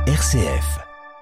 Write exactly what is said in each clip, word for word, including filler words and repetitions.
R C F.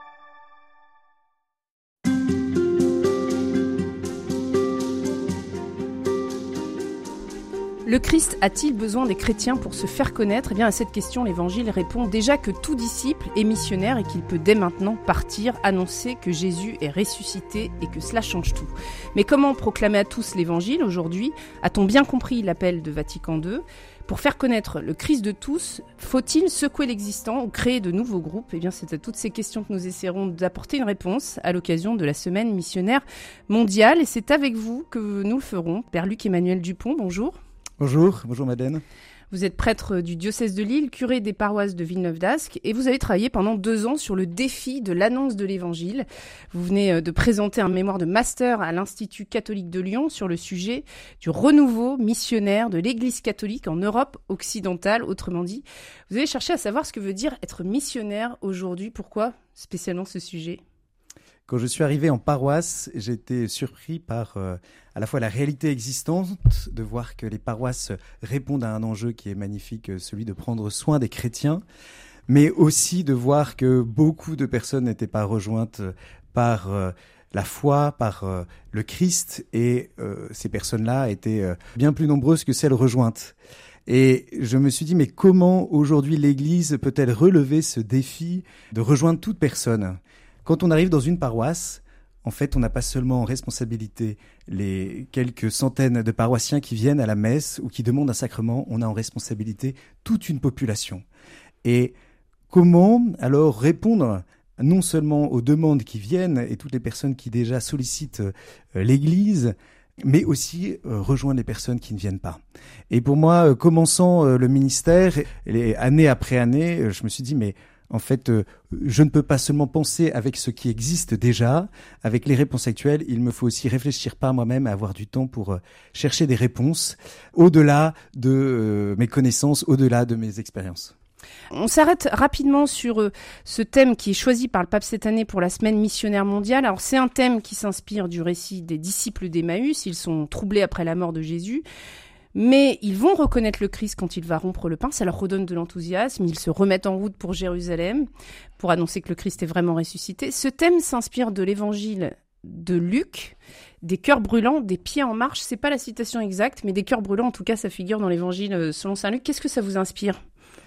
Le Christ a-t-il besoin des chrétiens pour se faire connaître ? Eh bien, à cette question, l'Évangile répond déjà que tout disciple est missionnaire et qu'il peut dès maintenant partir annoncer que Jésus est ressuscité et que cela change tout. Mais comment proclamer à tous l'Évangile aujourd'hui ? A-t-on bien compris l'appel de Vatican deux ? Pour faire connaître le Christ de tous, faut-il secouer l'existant ou créer de nouveaux groupes ? Eh bien, c'est à toutes ces questions que nous essaierons d'apporter une réponse à l'occasion de la semaine missionnaire mondiale. Et c'est avec vous que nous le ferons. Père Luc-Emmanuel Dupont, bonjour. Bonjour, bonjour Madeleine. Vous êtes prêtre du diocèse de Lille, curé des paroisses de Villeneuve-d'Ascq et vous avez travaillé pendant deux ans sur le défi de l'annonce de l'Évangile. Vous venez de présenter un mémoire de master à l'Institut catholique de Lyon sur le sujet du renouveau missionnaire de l'Église catholique en Europe occidentale. Autrement dit, vous avez cherché à savoir ce que veut dire être missionnaire aujourd'hui. Pourquoi spécialement ce sujet ? Quand je suis arrivé en paroisse, j'ai été surpris par euh, à la fois la réalité existante, de voir que les paroisses répondent à un enjeu qui est magnifique, celui de prendre soin des chrétiens, mais aussi de voir que beaucoup de personnes n'étaient pas rejointes par euh, la foi, par euh, le Christ, et euh, ces personnes-là étaient euh, bien plus nombreuses que celles rejointes. Et je me suis dit, mais comment aujourd'hui l'Église peut-elle relever ce défi de rejoindre toute personne ? Quand on arrive dans une paroisse, en fait, on n'a pas seulement en responsabilité les quelques centaines de paroissiens qui viennent à la messe ou qui demandent un sacrement, on a en responsabilité toute une population. Et comment alors répondre non seulement aux demandes qui viennent et toutes les personnes qui déjà sollicitent l'Église, mais aussi euh, rejoindre les personnes qui ne viennent pas. Et pour moi, euh, commençant euh, le ministère, et année après année, euh, je me suis dit, mais en fait, euh, je ne peux pas seulement penser avec ce qui existe déjà, avec les réponses actuelles, il me faut aussi réfléchir par moi-même, avoir du temps pour euh, chercher des réponses au-delà de euh, mes connaissances, au-delà de mes expériences. On s'arrête rapidement sur euh, ce thème qui est choisi par le pape cette année pour la semaine missionnaire mondiale. Alors c'est un thème qui s'inspire du récit des disciples d'Emmaüs. Ils sont troublés après la mort de Jésus. Mais ils vont reconnaître le Christ quand il va rompre le pain, ça leur redonne de l'enthousiasme, ils se remettent en route pour Jérusalem, pour annoncer que le Christ est vraiment ressuscité. Ce thème s'inspire de l'évangile de Luc, des cœurs brûlants, des pieds en marche. C'est pas la citation exacte, mais des cœurs brûlants, en tout cas, ça figure dans l'évangile selon saint Luc. Qu'est-ce que ça vous inspire ?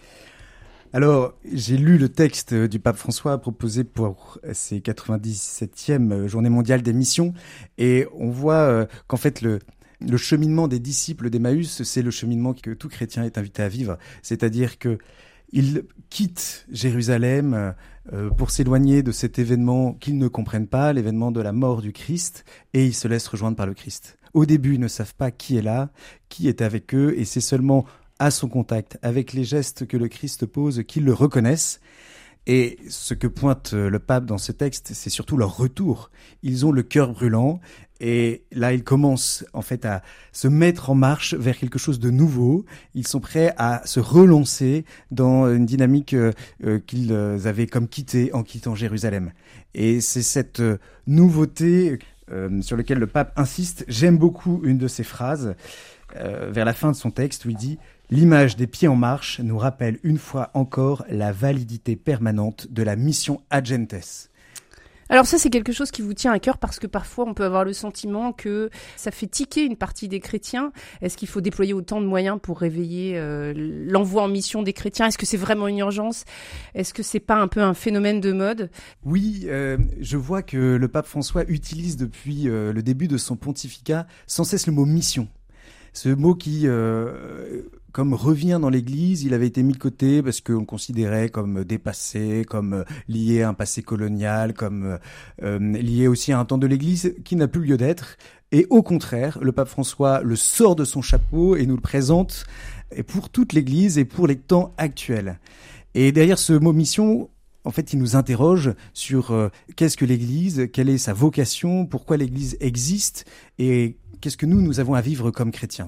Alors, j'ai lu le texte du pape François proposé pour ses quatre-vingt-dix-septième journée mondiale des missions, et on voit qu'en fait, le Le cheminement des disciples d'Emmaüs, c'est le cheminement que tout chrétien est invité à vivre. C'est-à-dire qu'ils quittent Jérusalem euh, pour s'éloigner de cet événement qu'ils ne comprennent pas, l'événement de la mort du Christ, et ils se laissent rejoindre par le Christ. Au début, ils ne savent pas qui est là, qui est avec eux, et c'est seulement à son contact, avec les gestes que le Christ pose, qu'ils le reconnaissent. Et ce que pointe le pape dans ce texte, c'est surtout leur retour. Ils ont le cœur brûlant et là, ils commencent en fait à se mettre en marche vers quelque chose de nouveau. Ils sont prêts à se relancer dans une dynamique euh, qu'ils avaient comme quittée en quittant Jérusalem. Et c'est cette euh, nouveauté euh, sur laquelle le pape insiste. J'aime beaucoup une de ses phrases euh, vers la fin de son texte où il dit « L'image des pieds en marche nous rappelle une fois encore la validité permanente de la mission ad gentes ». Alors ça, c'est quelque chose qui vous tient à cœur parce que parfois, on peut avoir le sentiment que ça fait tiquer une partie des chrétiens. Est-ce qu'il faut déployer autant de moyens pour réveiller euh, l'envoi en mission des chrétiens ? Est-ce que c'est vraiment une urgence ? Est-ce que c'est pas un peu un phénomène de mode ? Oui, euh, je vois que le pape François utilise depuis euh, le début de son pontificat sans cesse le mot « mission ». Ce mot qui, euh, comme revient dans l'Église, il avait été mis de côté parce qu'on le considérait comme dépassé, comme lié à un passé colonial, comme euh, lié aussi à un temps de l'Église qui n'a plus lieu d'être. Et au contraire, le pape François le sort de son chapeau et nous le présente pour toute l'Église et pour les temps actuels. Et derrière ce mot « mission », en fait, il nous interroge sur euh, qu'est-ce que l'Église, quelle est sa vocation, pourquoi l'Église existe et qu'est-ce que nous, nous avons à vivre comme chrétiens.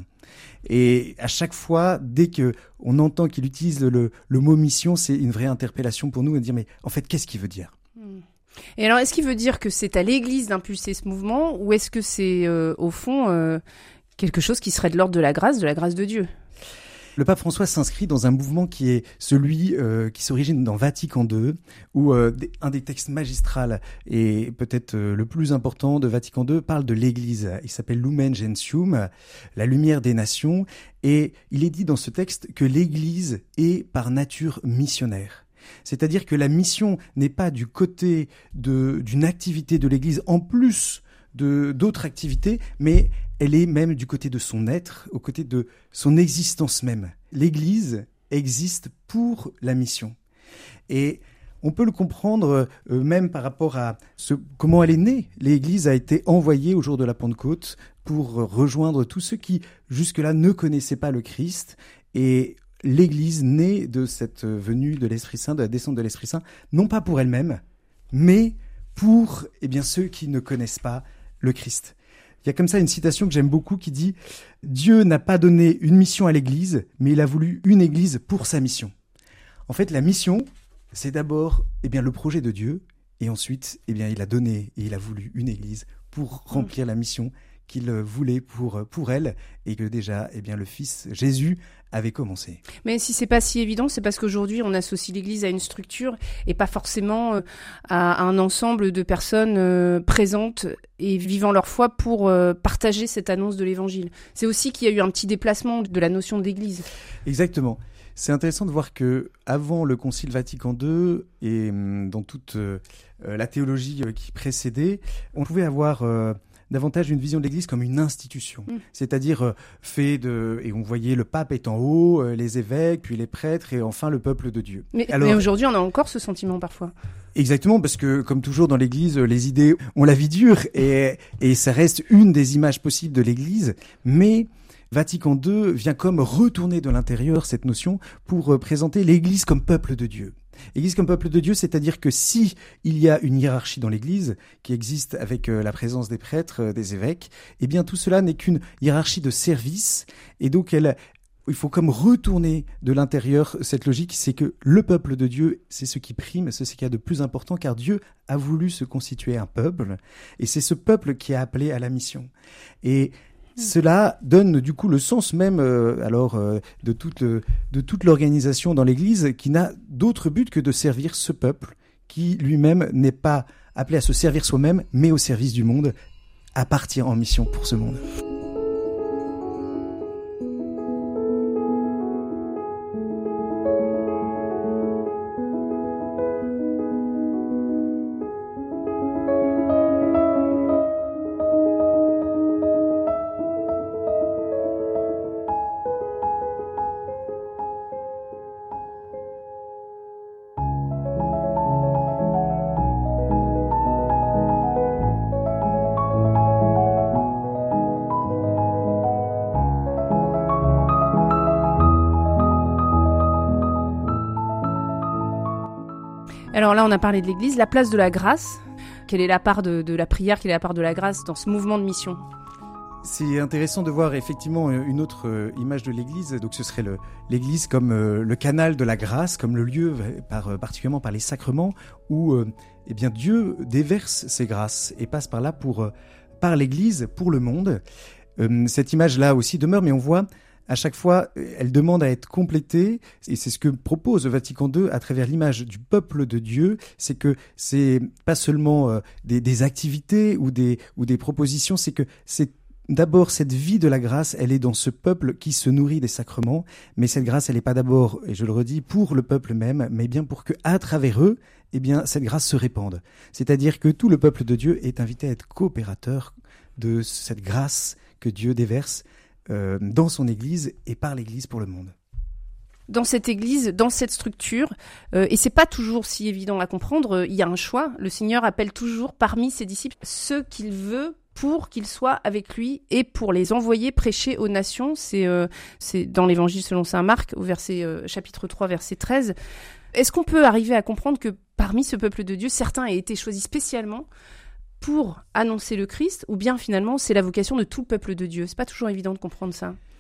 Et à chaque fois, dès qu'on entend qu'il utilise le, le mot « mission », c'est une vraie interpellation pour nous de dire « mais en fait, qu'est-ce qu'il veut dire ?» Et alors, est-ce qu'il veut dire que c'est à l'Église d'impulser ce mouvement ou est-ce que c'est, euh, au fond, euh, quelque chose qui serait de l'ordre de la grâce, de la grâce de Dieu ? Le pape François s'inscrit dans un mouvement qui est celui euh, qui s'origine dans Vatican deux, où euh, un des textes magistraux et peut-être euh, le plus important de Vatican deux parle de l'Église. Il s'appelle Lumen Gentium, la lumière des nations, et il est dit dans ce texte que l'Église est par nature missionnaire. C'est-à-dire que la mission n'est pas du côté de, d'une activité de l'Église en plus de, d'autres activités, mais elle est même du côté de son être, au côté de son existence même. L'Église existe pour la mission. Et on peut le comprendre euh, même par rapport à ce, comment elle est née. L'Église a été envoyée au jour de la Pentecôte pour rejoindre tous ceux qui jusque-là ne connaissaient pas le Christ. Et l'Église naît de cette venue de l'Esprit Saint, de la descente de l'Esprit Saint, non pas pour elle-même, mais pour eh bien, ceux qui ne connaissent pas le Christ. Il y a comme ça une citation que j'aime beaucoup qui dit « Dieu n'a pas donné une mission à l'Église, mais il a voulu une Église pour sa mission. » En fait, la mission, c'est d'abord eh bien, le projet de Dieu, et ensuite, eh bien, il a donné et il a voulu une Église pour remplir la mission qu'il voulait pour, pour elle, et que déjà eh bien, le Fils Jésus avait commencé. Mais si c'est pas si évident, c'est parce qu'aujourd'hui on associe l'Église à une structure et pas forcément à un ensemble de personnes euh, présentes et vivant leur foi pour euh, partager cette annonce de l'Évangile. C'est aussi qu'il y a eu un petit déplacement de la notion d'Église. Exactement. C'est intéressant de voir que avant le Concile Vatican deux et hum, dans toute euh, la théologie euh, qui précédait, on pouvait avoir euh, davantage une vision de l'Église comme une institution, mmh. c'est-à-dire euh, fait de, et on voyait le pape est en haut, euh, les évêques, puis les prêtres, et enfin le peuple de Dieu. Mais, Alors, mais aujourd'hui, on a encore ce sentiment parfois. Exactement, parce que comme toujours dans l'Église, les idées ont la vie dure, et, et ça reste une des images possibles de l'Église, mais Vatican deux vient comme retourner de l'intérieur cette notion pour euh, présenter l'Église comme peuple de Dieu. Église comme peuple de Dieu, c'est-à-dire que si il y a une hiérarchie dans l'Église qui existe avec euh, la présence des prêtres, euh, des évêques, eh bien tout cela n'est qu'une hiérarchie de service, et donc elle, il faut comme retourner de l'intérieur cette logique, c'est que le peuple de Dieu, c'est ce qui prime, c'est ce qu'il y a de plus important, car Dieu a voulu se constituer un peuple, et c'est ce peuple qui est appelé à la mission. Et cela donne du coup le sens même euh, alors euh, de toute le, de toute l'organisation dans l'Église qui n'a d'autre but que de servir ce peuple qui lui-même n'est pas appelé à se servir soi-même mais au service du monde, à partir en mission pour ce monde. Alors là, on a parlé de l'Église, la place de la grâce. Quelle est la part de, de la prière, quelle est la part de la grâce dans ce mouvement de mission ? C'est intéressant de voir effectivement une autre image de l'Église. Donc ce serait le, l'Église comme euh, le canal de la grâce, comme le lieu, par, particulièrement par les sacrements, où euh, eh bien, Dieu déverse ses grâces et passe par là pour, euh, par l'Église pour le monde. Euh, cette image-là aussi demeure, mais on voit à chaque fois, elle demande à être complétée, et c'est ce que propose Vatican deux à travers l'image du peuple de Dieu, c'est que c'est pas seulement euh, des, des activités ou des, ou des propositions, c'est que c'est d'abord cette vie de la grâce, elle est dans ce peuple qui se nourrit des sacrements, mais cette grâce, elle n'est pas d'abord, et je le redis, pour le peuple même, mais bien pour que à travers eux, eh bien, cette grâce se répande. C'est-à-dire que tout le peuple de Dieu est invité à être coopérateur de cette grâce que Dieu déverse Euh, dans son Église et par l'Église pour le monde. Dans cette Église, dans cette structure, euh, et c'est pas toujours si évident à comprendre, euh, il y a un choix. Le Seigneur appelle toujours parmi ses disciples ceux qu'il veut pour qu'ils soient avec lui et pour les envoyer prêcher aux nations. C'est, euh, c'est dans l'Évangile selon saint Marc, au verset, euh, chapitre trois, verset treize. Est-ce qu'on peut arriver à comprendre que parmi ce peuple de Dieu, certains aient été choisis spécialement pour annoncer le Christ, ou bien finalement c'est la vocation de tout le peuple de Dieu ? C'est pas toujours évident de comprendre ça.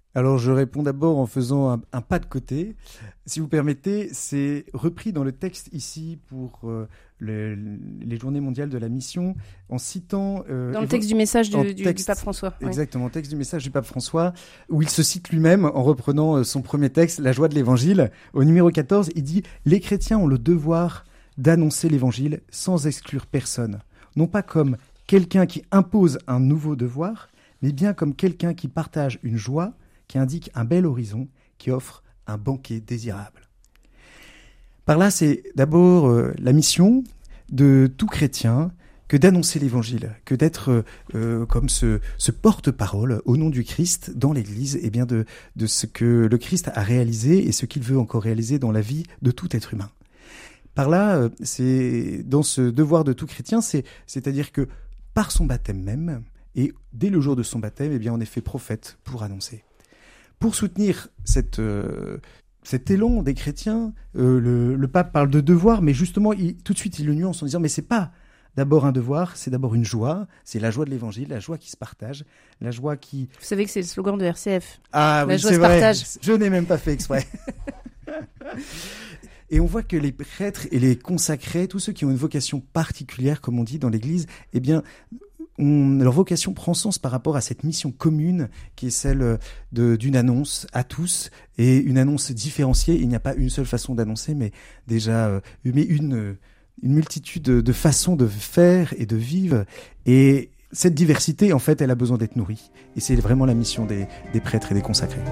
Alors je réponds d'abord en faisant un, un pas de côté. Si vous permettez, c'est repris dans le texte ici pour euh, le, les journées mondiales de la mission, en citant... Euh, dans le texte du message du, du, texte, du pape François. Exactement, oui. Texte du message du pape François, où il se cite lui-même en reprenant son premier texte, La joie de l'évangile. Au numéro quatorze, il dit « Les chrétiens ont le devoir d'annoncer l'évangile sans exclure personne, non pas comme quelqu'un qui impose un nouveau devoir, mais bien comme quelqu'un qui partage une joie, qui indique un bel horizon, qui offre un banquet désirable. » Par là, c'est d'abord euh, la mission de tout chrétien que d'annoncer l'évangile, que d'être euh, comme ce, ce porte-parole au nom du Christ dans l'Église, et bien de, de ce que le Christ a réalisé et ce qu'il veut encore réaliser dans la vie de tout être humain. Par là, euh, c'est dans ce devoir de tout chrétien, c'est, c'est-à-dire que par son baptême même, et dès le jour de son baptême, eh bien, on est fait prophète pour annoncer. Pour soutenir cette, euh, cet élan des chrétiens, euh, le, le pape parle de devoir, mais justement, il, tout de suite, il le nuance en disant « mais c'est pas d'abord un devoir, c'est d'abord une joie, c'est la joie de l'évangile, la joie qui se partage, la joie qui... » Vous savez que c'est le slogan de R C F. Ah la oui, joie c'est se vrai, partage. Je n'ai même pas fait exprès. Et on voit que les prêtres et les consacrés, tous ceux qui ont une vocation particulière, comme on dit dans l'Église, eh bien... On, leur vocation prend sens par rapport à cette mission commune qui est celle de, d'une annonce à tous, et une annonce différenciée. Il n'y a pas une seule façon d'annoncer, mais déjà euh, mais une, une multitude de, de façons de faire et de vivre. Et cette diversité, en fait, elle a besoin d'être nourrie. Et c'est vraiment la mission des, des prêtres et des consacrés.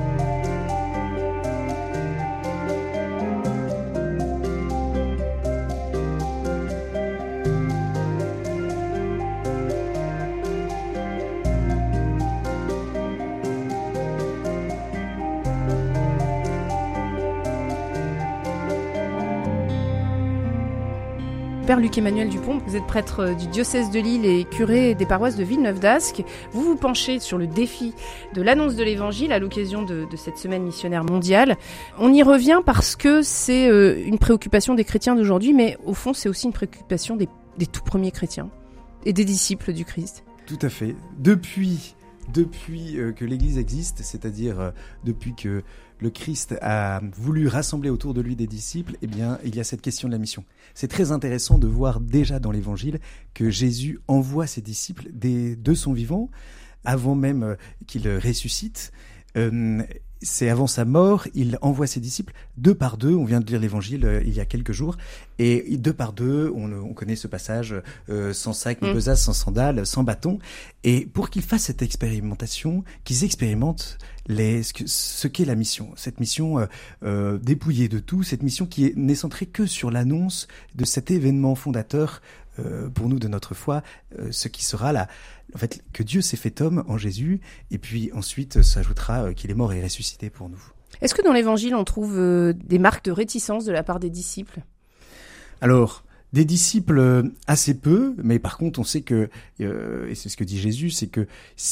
Père Luc-Emmanuel Dupont, vous êtes prêtre du diocèse de Lille et curé des paroisses de Villeneuve-d'Ascq. Vous vous penchez sur le défi de l'annonce de l'Évangile à l'occasion de, de cette semaine missionnaire mondiale. On y revient parce que c'est euh, une préoccupation des chrétiens d'aujourd'hui, mais au fond, c'est aussi une préoccupation des, des tout premiers chrétiens et des disciples du Christ. Tout à fait. Depuis, depuis euh, que l'Église existe, c'est-à-dire euh, depuis que le Christ a voulu rassembler autour de lui des disciples, eh bien, il y a cette question de la mission. C'est très intéressant de voir déjà dans l'Évangile que Jésus envoie ses disciples dès, de son vivant, avant même qu'il ressuscite. Euh, c'est avant sa mort, il envoie ses disciples deux par deux. On vient de lire l'Évangile euh, il y a quelques jours, et deux par deux, on, on connaît ce passage euh, sans sac, ni besace, sans sandales, sans bâton. Et pour qu'ils fassent cette expérimentation, qu'ils expérimentent les, ce, que, ce qu'est la mission, cette mission euh, euh, dépouillée de tout, cette mission qui est, n'est centrée que sur l'annonce de cet événement fondateur euh, pour nous de notre foi, euh, ce qui sera la, en fait, que Dieu s'est fait homme en Jésus, et puis ensuite s'ajoutera euh, qu'il est mort et ressuscité pour nous. Est-ce que dans l'Évangile on trouve euh, des marques de réticence de la part des disciples ? Alors, des disciples, assez peu, mais par contre, on sait que, euh, et c'est ce que dit Jésus, c'est que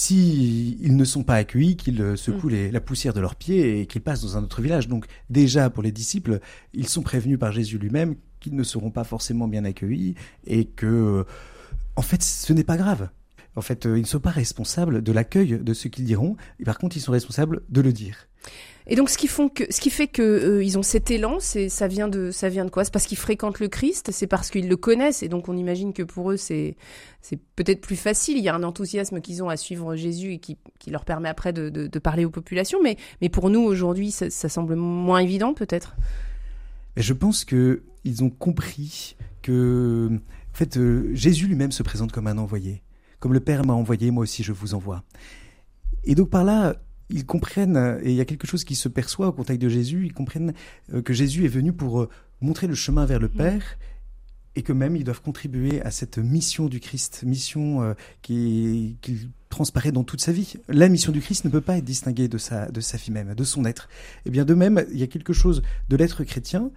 si ils ne sont pas accueillis, qu'ils secouent les, la poussière de leurs pieds et qu'ils passent dans un autre village. Donc, déjà, pour les disciples, ils sont prévenus par Jésus lui-même qu'ils ne seront pas forcément bien accueillis et que, en fait, ce n'est pas grave. En fait, ils ne sont pas responsables de l'accueil de ce qu'ils diront, et par contre, ils sont responsables de le dire. Et donc, ce qui, font que, ce qui fait qu'ils euh, ont cet élan, c'est, ça, vient de, ça vient de quoi ? C'est parce qu'ils fréquentent le Christ, c'est parce qu'ils le connaissent, et donc on imagine que pour eux, c'est, c'est peut-être plus facile. Il y a un enthousiasme qu'ils ont à suivre Jésus et qui, qui leur permet après de, de, de parler aux populations. Mais, mais pour nous, aujourd'hui, ça, ça semble moins évident, peut-être ? Et je pense qu'ils ont compris que, en fait, euh, Jésus lui-même se présente comme un envoyé. Comme le Père m'a envoyé, moi aussi je vous envoie. Et donc par là, ils comprennent, et il y a quelque chose qui se perçoit au contact de Jésus, ils comprennent que Jésus est venu pour montrer le chemin vers le Père, et que même ils doivent contribuer à cette mission du Christ, mission euh, qui, qui transparaît dans toute sa vie. La mission du Christ ne peut pas être distinguée de sa, de sa vie même, de son être. Et bien de même, il y a quelque chose de l'être chrétien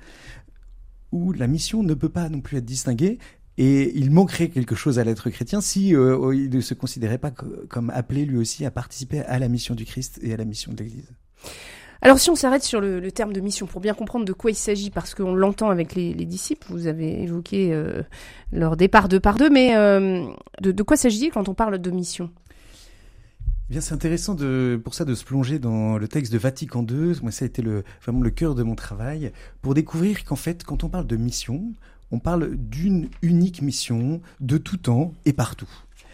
où la mission ne peut pas non plus être distinguée. Et il manquerait quelque chose à l'être chrétien si euh, il ne se considérait pas comme appelé lui aussi à participer à la mission du Christ et à la mission de l'Église. Alors si on s'arrête sur le, le terme de mission, pour bien comprendre de quoi il s'agit, parce qu'on l'entend avec les, les disciples, vous avez évoqué euh, leur départ deux par deux, mais euh, de, de quoi s'agit-il quand on parle de mission ? Eh bien, c'est intéressant de, pour ça de se plonger dans le texte de Vatican deux. Moi, ça a été le, vraiment le cœur de mon travail, pour découvrir qu'en fait, quand on parle de mission, on parle d'une unique mission de tout temps et partout.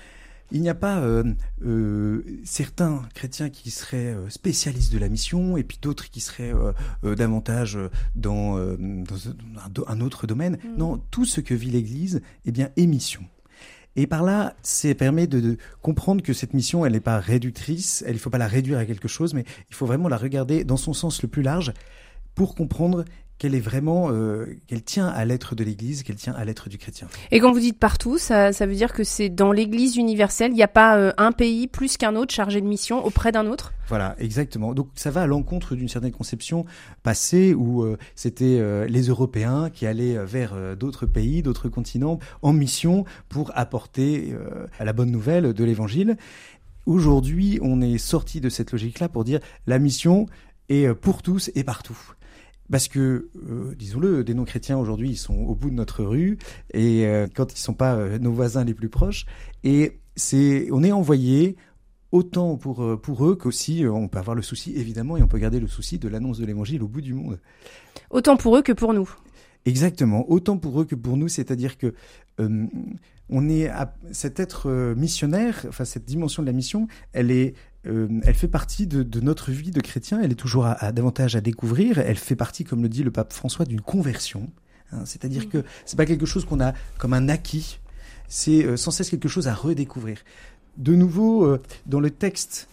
Il n'y a pas euh, euh, certains chrétiens qui seraient euh, spécialistes de la mission et puis d'autres qui seraient euh, euh, davantage dans, euh, dans un autre domaine. Mmh. Non, tout ce que vit l'Église, eh bien, est mission. Et par là, ça permet de, de comprendre que cette mission, elle n'est pas réductrice, il ne faut pas la réduire à quelque chose, mais il faut vraiment la regarder dans son sens le plus large pour comprendre qu'elle est vraiment, euh, qu'elle tient à l'être de l'Église, qu'elle tient à l'être du chrétien. Et quand vous dites partout, ça, ça veut dire que c'est dans l'Église universelle, il n'y a pas euh, un pays plus qu'un autre chargé de mission auprès d'un autre ? Voilà, exactement. Donc ça va à l'encontre d'une certaine conception passée où euh, c'était euh, les Européens qui allaient vers euh, d'autres pays, d'autres continents en mission pour apporter euh, la bonne nouvelle de l'Évangile. Aujourd'hui, on est sorti de cette logique-là pour dire la mission est pour tous et partout. Parce que, euh, disons-le, des non-chrétiens aujourd'hui, ils sont au bout de notre rue, et euh, quand ils sont pas euh, nos voisins les plus proches, et c'est, on est envoyé autant pour pour eux qu'aussi, euh, on peut avoir le souci évidemment, et on peut garder le souci de l'annonce de l'Évangile au bout du monde. Autant pour eux que pour nous. Exactement, autant pour eux que pour nous, c'est-à-dire que euh, on est à, cet être euh, missionnaire, enfin cette dimension de la mission, elle est Euh, elle fait partie de, de notre vie de chrétien, elle est toujours à, à, davantage à découvrir, elle fait partie, comme le dit le pape François, d'une conversion. Hein, c'est-à-dire mmh. que c'est pas quelque chose qu'on a comme un acquis, c'est euh, sans cesse quelque chose à redécouvrir. De nouveau, euh, dans le texte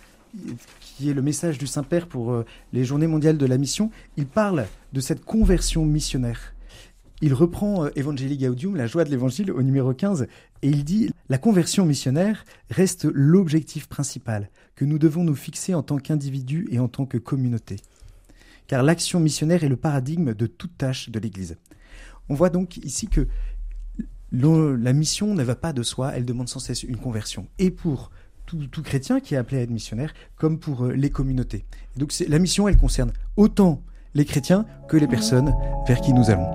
qui est le message du Saint-Père pour euh, les Journées mondiales de la mission, il parle de cette conversion missionnaire. Il reprend euh, Evangelii Gaudium, la joie de l'Évangile, au numéro quinze, et il dit « La conversion missionnaire reste l'objectif principal que nous devons nous fixer en tant qu'individus et en tant que communauté. Car l'action missionnaire est le paradigme de toute tâche de l'Église. » On voit donc ici que la mission ne va pas de soi, elle demande sans cesse une conversion. Et pour tout, tout chrétien qui est appelé à être missionnaire, comme pour les communautés. Et donc c'est, la mission, elle concerne autant les chrétiens que les personnes vers qui nous allons.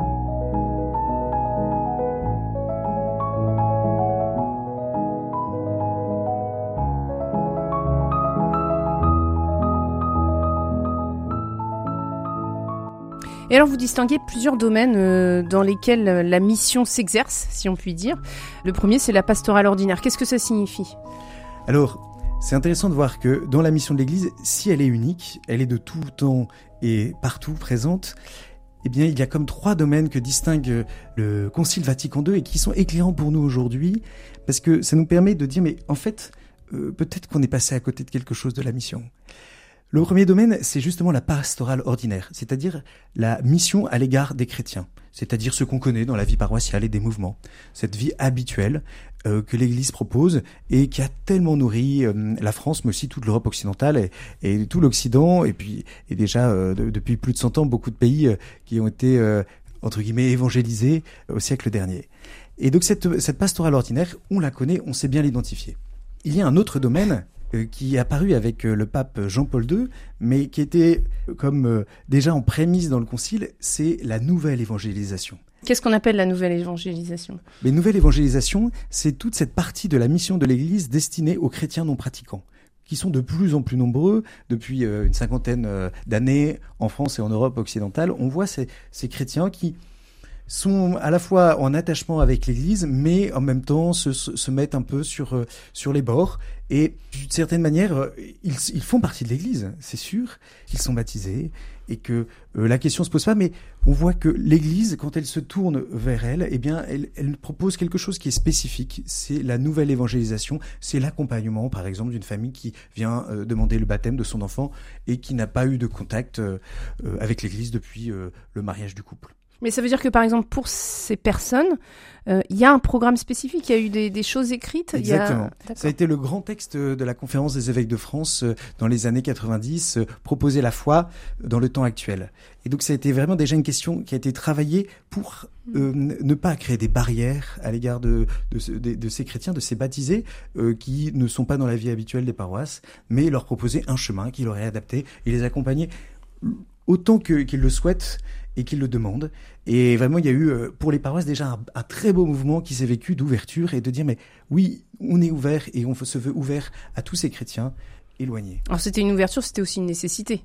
Et alors, vous distinguez plusieurs domaines euh, dans lesquels la mission s'exerce, si on peut dire. Le premier, c'est la pastorale ordinaire. Qu'est-ce que ça signifie ? Alors, c'est intéressant de voir que dans la mission de l'Église, si elle est unique, elle est de tout temps et partout présente, eh bien, il y a comme trois domaines que distingue le Concile Vatican deux et qui sont éclairants pour nous aujourd'hui, parce que ça nous permet de dire, mais en fait, euh, peut-être qu'on est passé à côté de quelque chose de la mission. Le premier domaine, c'est justement la pastorale ordinaire, c'est-à-dire la mission à l'égard des chrétiens, c'est-à-dire ce qu'on connaît dans la vie paroissiale et des mouvements, cette vie habituelle euh, que l'Église propose et qui a tellement nourri euh, la France, mais aussi toute l'Europe occidentale et, et tout l'Occident, et puis et déjà euh, de, depuis plus de cent ans, beaucoup de pays euh, qui ont été, euh, entre guillemets, évangélisés au siècle dernier. Et donc cette, cette pastorale ordinaire, on la connaît, on sait bien l'identifier. Il y a un autre domaine qui est apparu avec le pape Jean-Paul deux, mais qui était comme déjà en prémisse dans le concile, c'est la nouvelle évangélisation. Qu'est-ce qu'on appelle la nouvelle évangélisation ? Mais nouvelle évangélisation, c'est toute cette partie de la mission de l'Église destinée aux chrétiens non pratiquants, qui sont de plus en plus nombreux depuis une cinquantaine d'années en France et en Europe occidentale. On voit ces, ces chrétiens qui sont à la fois en attachement avec l'Église, mais en même temps se, se mettent un peu sur, sur les bords. Et d'une certaine manière, ils, ils font partie de l'Église, c'est sûr. Ils sont baptisés et que euh, la question se pose pas. Mais on voit que l'Église, quand elle se tourne vers elle, eh bien, elle, elle propose quelque chose qui est spécifique. C'est la nouvelle évangélisation. C'est l'accompagnement, par exemple, d'une famille qui vient euh, demander le baptême de son enfant et qui n'a pas eu de contact euh, avec l'Église depuis euh, le mariage du couple. Mais ça veut dire que, par exemple, pour ces personnes, il euh, y a un programme spécifique, il y a eu des, des choses écrites. Exactement. Y a... Ça a été le grand texte de la conférence des évêques de France euh, dans les années quatre-vingt-dix, euh, proposer la foi dans le temps actuel. Et donc ça a été vraiment déjà une question qui a été travaillée pour euh, ne pas créer des barrières à l'égard de, de, ce, de, de ces chrétiens, de ces baptisés euh, qui ne sont pas dans la vie habituelle des paroisses, mais leur proposer un chemin qui leur est adapté et les accompagner autant que, qu'ils le souhaitent et qu'ils le demandent. Et vraiment, il y a eu, pour les paroisses, déjà un, un très beau mouvement qui s'est vécu d'ouverture et de dire, mais oui, on est ouvert et on se veut ouvert à tous ces chrétiens éloignés. Alors c'était une ouverture, c'était aussi une nécessité.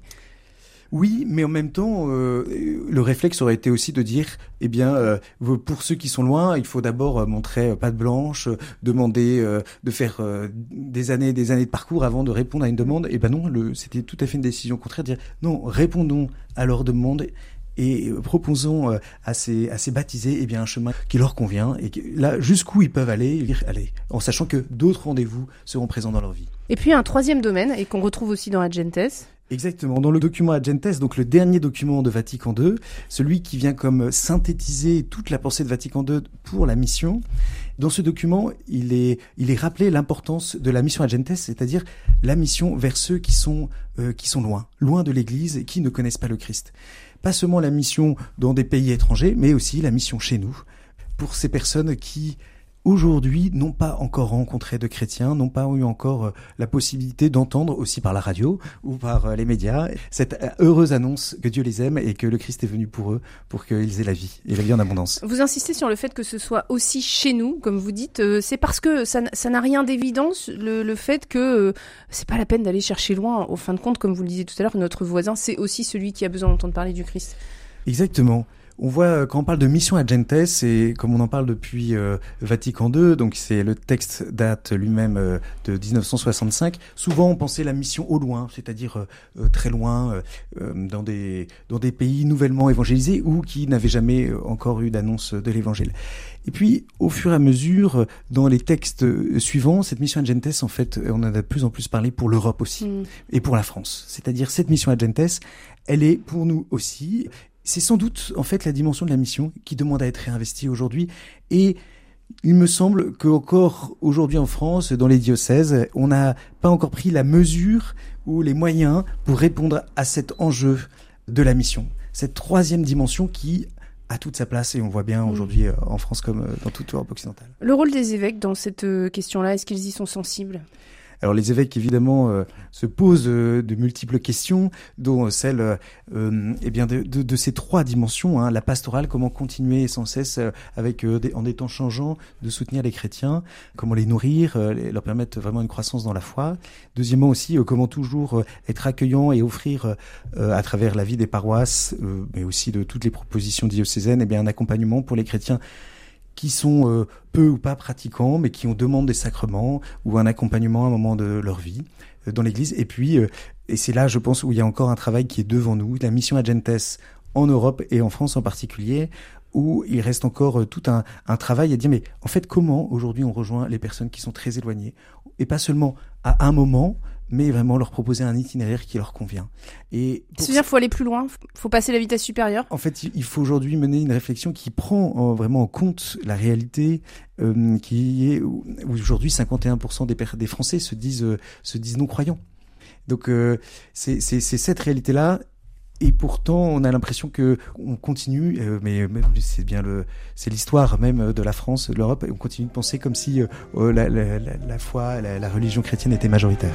Oui, mais en même temps, euh, le réflexe aurait été aussi de dire, eh bien, euh, pour ceux qui sont loin, il faut d'abord montrer euh, patte blanche, euh, demander euh, de faire euh, des années et des années de parcours avant de répondre à une demande. Eh ben non, le, c'était tout à fait une décision contraire, de dire non, répondons à leur demande et euh, proposons euh, à ces à ces baptisés, eh bien, un chemin qui leur convient et que, là, jusqu'où ils peuvent aller, dire, allez, en sachant que d'autres rendez-vous seront présents dans leur vie. Et puis un troisième domaine, et qu'on retrouve aussi dans Agentes. Exactement. Dans le document Agentes, donc le dernier document de Vatican deux, celui qui vient comme synthétiser toute la pensée de Vatican deux pour la mission, dans ce document, il est, il est rappelé l'importance de la mission Agentes, c'est-à-dire la mission vers ceux qui sont, euh, qui sont loin, loin de l'Église et qui ne connaissent pas le Christ. Pas seulement la mission dans des pays étrangers, mais aussi la mission chez nous, pour ces personnes qui, aujourd'hui, n'ont pas encore rencontré de chrétiens, n'ont pas eu encore euh, la possibilité d'entendre aussi par la radio ou par euh, les médias cette euh, heureuse annonce que Dieu les aime et que le Christ est venu pour eux, pour qu'ils aient la vie, et la vie en abondance. Vous insistez sur le fait que ce soit aussi chez nous, comme vous dites, euh, c'est parce que ça, ça n'a rien d'évidence, le, le fait que euh, c'est pas la peine d'aller chercher loin. Au fin de compte, comme vous le disiez tout à l'heure, notre voisin, c'est aussi celui qui a besoin d'entendre parler du Christ. Exactement. On voit, quand on parle de mission Agentes, et comme on en parle depuis euh, Vatican deux, donc c'est le texte date lui-même euh, de dix-neuf cent soixante-cinq, souvent on pensait la mission au loin, c'est-à-dire euh, très loin, euh, dans des dans des pays nouvellement évangélisés ou qui n'avaient jamais encore eu d'annonce de l'évangile. Et puis, au fur et à mesure, dans les textes suivants, cette mission Agentes, en fait, on en a de plus en plus parlé pour l'Europe aussi, mmh. et pour la France. C'est-à-dire, cette mission Agentes, elle est pour nous aussi. C'est sans doute, en fait, la dimension de la mission qui demande à être réinvestie aujourd'hui. Et il me semble qu'encore aujourd'hui en France, dans les diocèses, on n'a pas encore pris la mesure ou les moyens pour répondre à cet enjeu de la mission. Cette troisième dimension qui a toute sa place, et on voit bien aujourd'hui en France comme dans toute l'Europe occidentale. Le rôle des évêques dans cette question-là, est-ce qu'ils y sont sensibles ? Alors les évêques, évidemment, euh, se posent euh, de multiples questions, dont celle euh, eh bien de, de, de ces trois dimensions, hein, la pastorale, comment continuer sans cesse, euh, avec euh, des, en des temps changeants, de soutenir les chrétiens, comment les nourrir, euh, les, leur permettre vraiment une croissance dans la foi. Deuxièmement aussi, euh, comment toujours euh, être accueillant et offrir, euh, à travers la vie des paroisses, euh, mais aussi de toutes les propositions diocésaines, eh bien un accompagnement pour les chrétiens qui sont euh, peu ou pas pratiquants, mais qui ont demandé des sacrements ou un accompagnement à un moment de leur vie euh, dans l'Église. Et puis, euh, et c'est là, je pense, où il y a encore un travail qui est devant nous, la mission Agentes en Europe et en France en particulier, où il reste encore euh, tout un, un travail à dire, mais en fait, comment aujourd'hui on rejoint les personnes qui sont très éloignées, et pas seulement à un moment, mais vraiment leur proposer un itinéraire qui leur convient. Et c'est-à-dire qu'il faut aller plus loin, il faut passer la vitesse supérieure. En fait, il faut aujourd'hui mener une réflexion qui prend en, vraiment en compte la réalité, euh, qui est où aujourd'hui cinquante et un pour cent des, des Français se disent euh, se disent non croyants. Donc euh, c'est, c'est, c'est cette réalité-là. Et pourtant, on a l'impression que on continue, euh, mais, mais c'est bien le, c'est l'histoire même de la France, de l'Europe, et on continue de penser comme si euh, la, la, la, la foi, la, la religion chrétienne était majoritaire.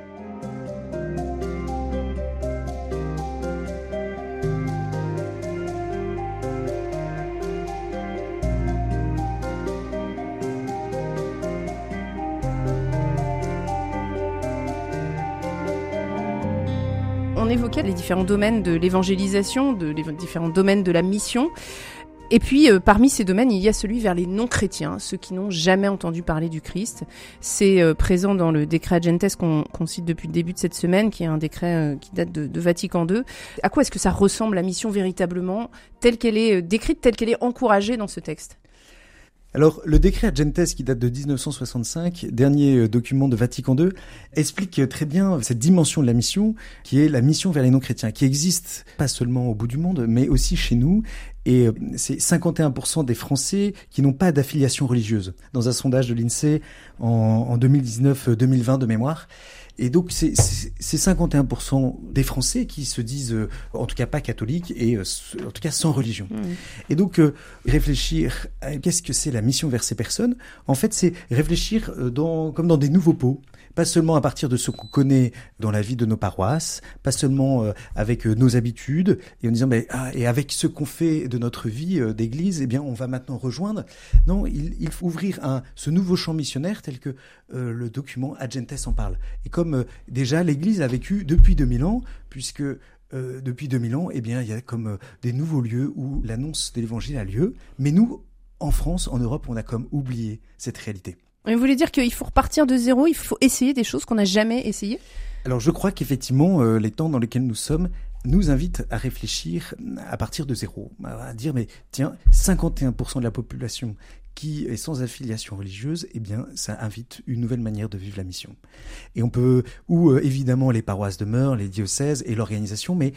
On évoquait les différents domaines de l'évangélisation, de les différents domaines de la mission. Et puis, euh, parmi ces domaines, il y a celui vers les non-chrétiens, ceux qui n'ont jamais entendu parler du Christ. C'est euh, présent dans le décret Agentes qu'on, qu'on cite depuis le début de cette semaine, qui est un décret euh, qui date de, de Vatican deux. À quoi est-ce que ça ressemble, la mission, véritablement, telle qu'elle est euh, décrite, telle qu'elle est encouragée dans ce texte ? Alors, le décret Agentes, qui date de dix-neuf cent soixante-cinq, dernier document de Vatican deux, explique très bien cette dimension de la mission, qui est la mission vers les non-chrétiens, qui existe pas seulement au bout du monde, mais aussi chez nous. Et c'est cinquante et un pour cent des Français qui n'ont pas d'affiliation religieuse, dans un sondage de l'INSEE en, en deux mille dix-neuf deux mille vingt de mémoire. Et donc, c'est, c'est, c'est cinquante et un pour cent des Français qui se disent, euh, en tout cas pas catholiques, et euh, en tout cas sans religion. Mmh. Et donc, euh, réfléchir à qu'est-ce que c'est la mission vers ces personnes, en fait, c'est réfléchir euh, dans, comme dans des nouveaux pots, pas seulement à partir de ce qu'on connaît dans la vie de nos paroisses, pas seulement euh, avec euh, nos habitudes, et en disant, mais, ah, et avec ce qu'on fait de notre vie euh, d'église, eh bien, on va maintenant rejoindre. Non, il, il faut ouvrir un, ce nouveau champ missionnaire tel que euh, le document Ad Gentes en parle. Et comme euh, déjà l'Église a vécu depuis deux mille ans, puisque euh, depuis deux mille ans, eh bien, il y a comme euh, des nouveaux lieux où l'annonce de l'Évangile a lieu. Mais nous, en France, en Europe, on a comme oublié cette réalité. Vous voulez dire qu'il faut repartir de zéro, il faut essayer des choses qu'on n'a jamais essayées ? Alors je crois qu'effectivement, euh, les temps dans lesquels nous sommes nous invitent à réfléchir à partir de zéro, à dire mais tiens, cinquante et un pour cent de la population qui est sans affiliation religieuse, eh bien ça invite une nouvelle manière de vivre la mission. Et on peut, où euh, évidemment les paroisses demeurent, les diocèses et l'organisation, mais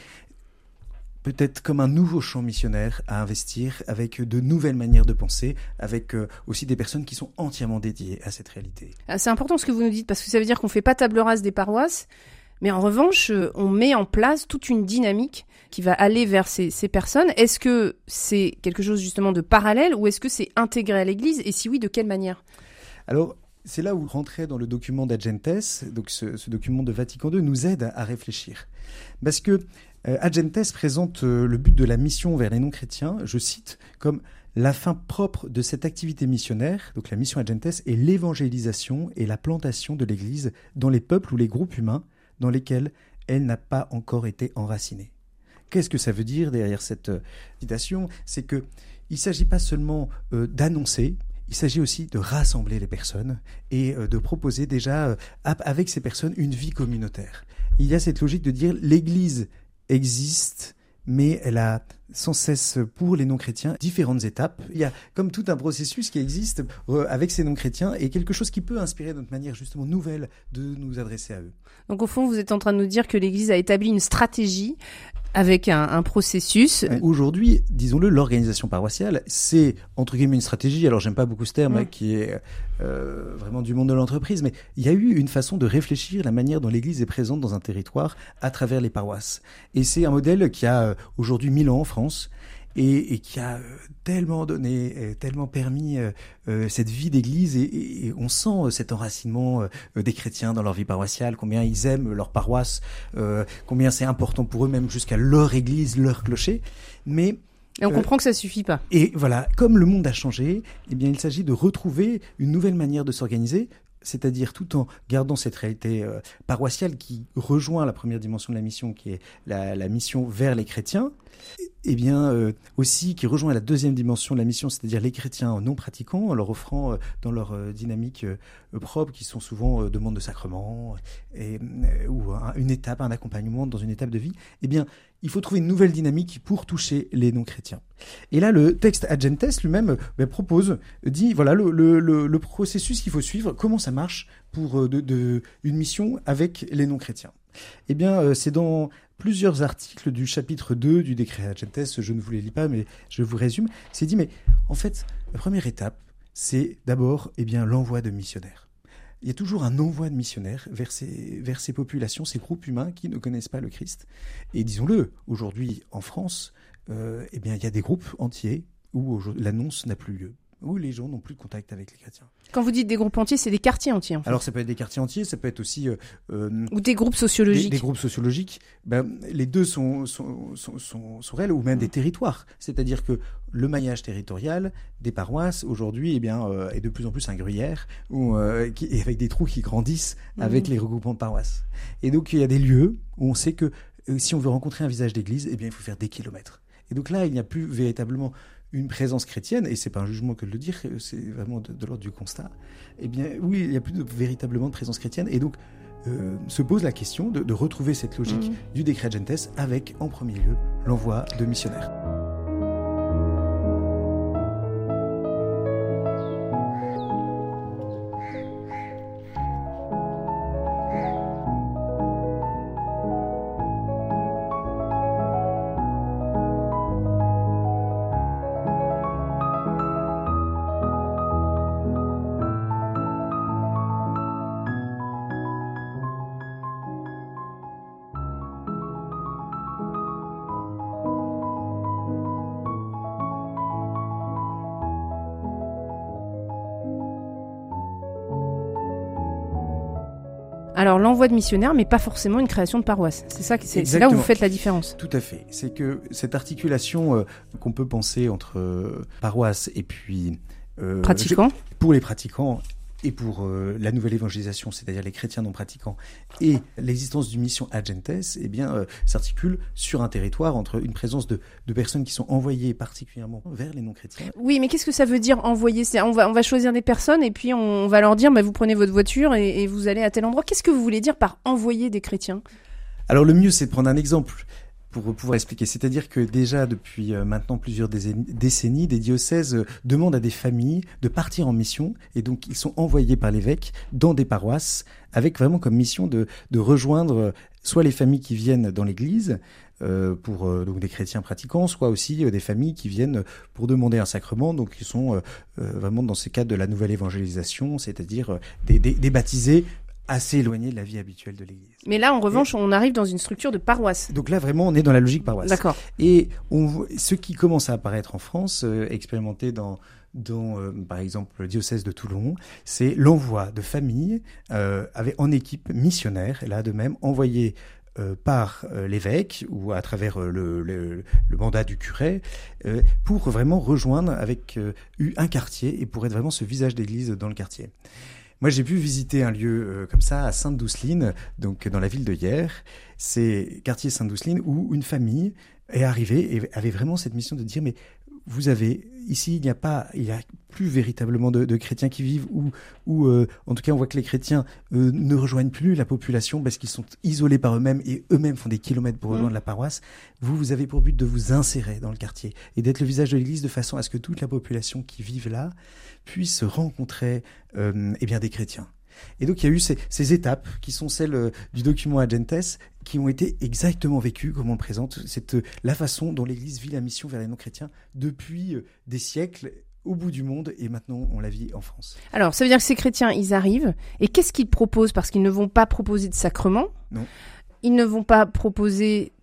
peut-être comme un nouveau champ missionnaire à investir avec de nouvelles manières de penser, avec euh, aussi des personnes qui sont entièrement dédiées à cette réalité. Ah, c'est important ce que vous nous dites, parce que ça veut dire qu'on ne fait pas table rase des paroisses, mais en revanche, on met en place toute une dynamique qui va aller vers ces, ces personnes. Est-ce que c'est quelque chose justement de parallèle ou est-ce que c'est intégré à l'Église ? Et si oui, de quelle manière ? Alors, c'est là où rentrer dans le document d'Ad Gentes, donc ce, ce document de Vatican deux, nous aide à, à réfléchir. Parce que euh, Ad Gentes présente euh, le but de la mission vers les non-chrétiens, je cite, comme la fin propre de cette activité missionnaire, donc la mission Ad Gentes, est l'évangélisation et la plantation de l'Église dans les peuples ou les groupes humains dans lesquels elle n'a pas encore été enracinée. Qu'est-ce que ça veut dire derrière cette euh, citation ? C'est qu'il ne s'agit pas seulement euh, d'annoncer, il s'agit aussi de rassembler les personnes et euh, de proposer déjà euh, avec ces personnes une vie communautaire. Il y a cette logique de dire l'Église existe, mais elle a sans cesse pour les non-chrétiens différentes étapes. Il y a comme tout un processus qui existe euh, avec ces non-chrétiens et quelque chose qui peut inspirer notre manière justement nouvelle de nous adresser à eux. Donc au fond, vous êtes en train de nous dire que l'Église a établi une stratégie avec un, un processus. Aujourd'hui, disons-le, l'organisation paroissiale, c'est entre guillemets une stratégie. Alors j'aime pas beaucoup ce terme, mmh. hein, qui est euh, vraiment du monde de l'entreprise, mais il y a eu une façon de réfléchir la manière dont l'Église est présente dans un territoire à travers les paroisses. Et c'est un modèle qui a euh, aujourd'hui mille ans en France. Et, et qui a euh, tellement donné, euh, tellement permis euh, euh, cette vie d'église, et, et, et on sent euh, cet enracinement euh, des chrétiens dans leur vie paroissiale, combien ils aiment leur paroisse, euh, combien c'est important pour eux, même jusqu'à leur église, leur clocher. Mais et on euh, comprend que ça suffit pas. Et voilà, comme le monde a changé, eh bien il s'agit de retrouver une nouvelle manière de s'organiser, c'est-à-dire tout en gardant cette réalité euh, paroissiale qui rejoint la première dimension de la mission, qui est la, la mission vers les chrétiens, et bien euh, aussi qui rejoint la deuxième dimension de la mission, c'est-à-dire les chrétiens non pratiquants, en leur offrant euh, dans leur euh, dynamique euh, propre, qui sont souvent euh, demande de sacrement, et, euh, ou un, une étape, un accompagnement dans une étape de vie, eh bien il faut trouver une nouvelle dynamique pour toucher les non-chrétiens. Et là, le texte Ad Gentes lui-même ben, propose, dit, voilà, le, le, le, le processus qu'il faut suivre, comment ça marche pour de, de, une mission avec les non-chrétiens. Eh bien, euh, c'est dans plusieurs articles du chapitre deux du décret Ad Gentes, je ne vous les lis pas, mais je vous résume, c'est dit, mais en fait, la première étape, c'est d'abord eh bien, l'envoi de missionnaires. Il y a toujours un envoi de missionnaires vers ces, vers ces populations, ces groupes humains qui ne connaissent pas le Christ. Et disons-le, aujourd'hui en France, euh, eh bien, il y a des groupes entiers où l'annonce n'a plus lieu, où les gens n'ont plus de contact avec les chrétiens. Quand vous dites des groupes entiers, c'est des quartiers entiers, en fait. Alors, ça peut être des quartiers entiers, ça peut être aussi... Euh, euh, ou des groupes sociologiques. Des, des groupes sociologiques. Ben, les deux sont, sont, sont, sont, sont réels, ou même mmh. des territoires. C'est-à-dire que le maillage territorial des paroisses, aujourd'hui, eh bien, euh, est de plus en plus un gruyère, où, euh, qui, et avec des trous qui grandissent mmh. avec les regroupements de paroisses. Et donc, il y a des lieux où on sait que euh, si on veut rencontrer un visage d'église, eh bien, il faut faire des kilomètres. Et donc là, il n'y a plus véritablement une présence chrétienne, et c'est pas un jugement que de le dire, c'est vraiment de, de l'ordre du constat, eh bien oui, il n'y a plus de, véritablement de présence chrétienne, et donc euh, se pose la question de, de retrouver cette logique mmh. du décret Ad Gentes avec, en premier lieu, l'envoi de missionnaires. Alors l'envoi de missionnaires, mais pas forcément une création de paroisse. C'est ça, c'est, c'est là où vous faites la différence. Tout à fait. C'est que cette articulation euh, qu'on peut penser entre euh, paroisse et puis euh, pratiquants. Je, pour les pratiquants et pour euh, la nouvelle évangélisation, c'est-à-dire les chrétiens non pratiquants, et l'existence d'une mission agentes, eh bien, euh, s'articule sur un territoire entre une présence de, de personnes qui sont envoyées particulièrement vers les non-chrétiens. Oui, mais qu'est-ce que ça veut dire envoyer ? C'est, on va, on va choisir des personnes et puis on, on va leur dire, bah, vous prenez votre voiture et, et vous allez à tel endroit. Qu'est-ce que vous voulez dire par envoyer des chrétiens ? Alors le mieux, c'est de prendre un exemple pour pouvoir expliquer. C'est-à-dire que déjà depuis euh, maintenant plusieurs décennies, des diocèses euh, demandent à des familles de partir en mission, et donc ils sont envoyés par l'évêque dans des paroisses avec vraiment comme mission de, de rejoindre euh, soit les familles qui viennent dans l'église euh, pour euh, donc des chrétiens pratiquants, soit aussi euh, des familles qui viennent pour demander un sacrement, donc ils sont euh, euh, vraiment dans ces cadres de la nouvelle évangélisation, c'est-à-dire euh, des, des, des baptisés assez éloigné de la vie habituelle de l'Église. Mais là, en revanche, et on arrive dans une structure de paroisse. Donc là, vraiment, on est dans la logique paroisse. D'accord. Et on, ce qui commence à apparaître en France, euh, expérimenté dans, dans euh, par exemple, le diocèse de Toulon, c'est l'envoi de familles euh, avec, en équipe missionnaire, et là, de même, envoyées Euh, par euh, l'évêque ou à travers euh, le, le, le mandat du curé euh, pour vraiment rejoindre avec euh, un quartier et pour être vraiment ce visage d'église dans le quartier. Moi, j'ai pu visiter un lieu euh, comme ça à Sainte-Dousseline, donc dans la ville de Hyères. C'est quartier Sainte-Dousseline où une famille est arrivée et avait vraiment cette mission de dire mais vous avez ici il n'y a pas il y a plus véritablement de, de chrétiens qui vivent ou ou euh, en tout cas on voit que les chrétiens euh, ne rejoignent plus la population parce qu'ils sont isolés par eux-mêmes et eux-mêmes font des kilomètres pour rejoindre mmh. la paroisse. Vous vous avez pour but de vous insérer dans le quartier et d'être le visage de l'Église de façon à ce que toute la population qui vive là puisse rencontrer euh, eh bien des chrétiens. Et donc il y a eu ces, ces étapes qui sont celles euh, du document Agentes qui ont été exactement vécues comme on le présente. C'est euh, la façon dont l'Église vit la mission vers les non-chrétiens depuis euh, des siècles au bout du monde et maintenant on la vit en France. Alors ça veut dire que ces chrétiens ils arrivent et qu'est-ce qu'ils proposent ? Parce qu'ils ne vont pas proposer de sacrement. Non. Ils ne vont pas proposer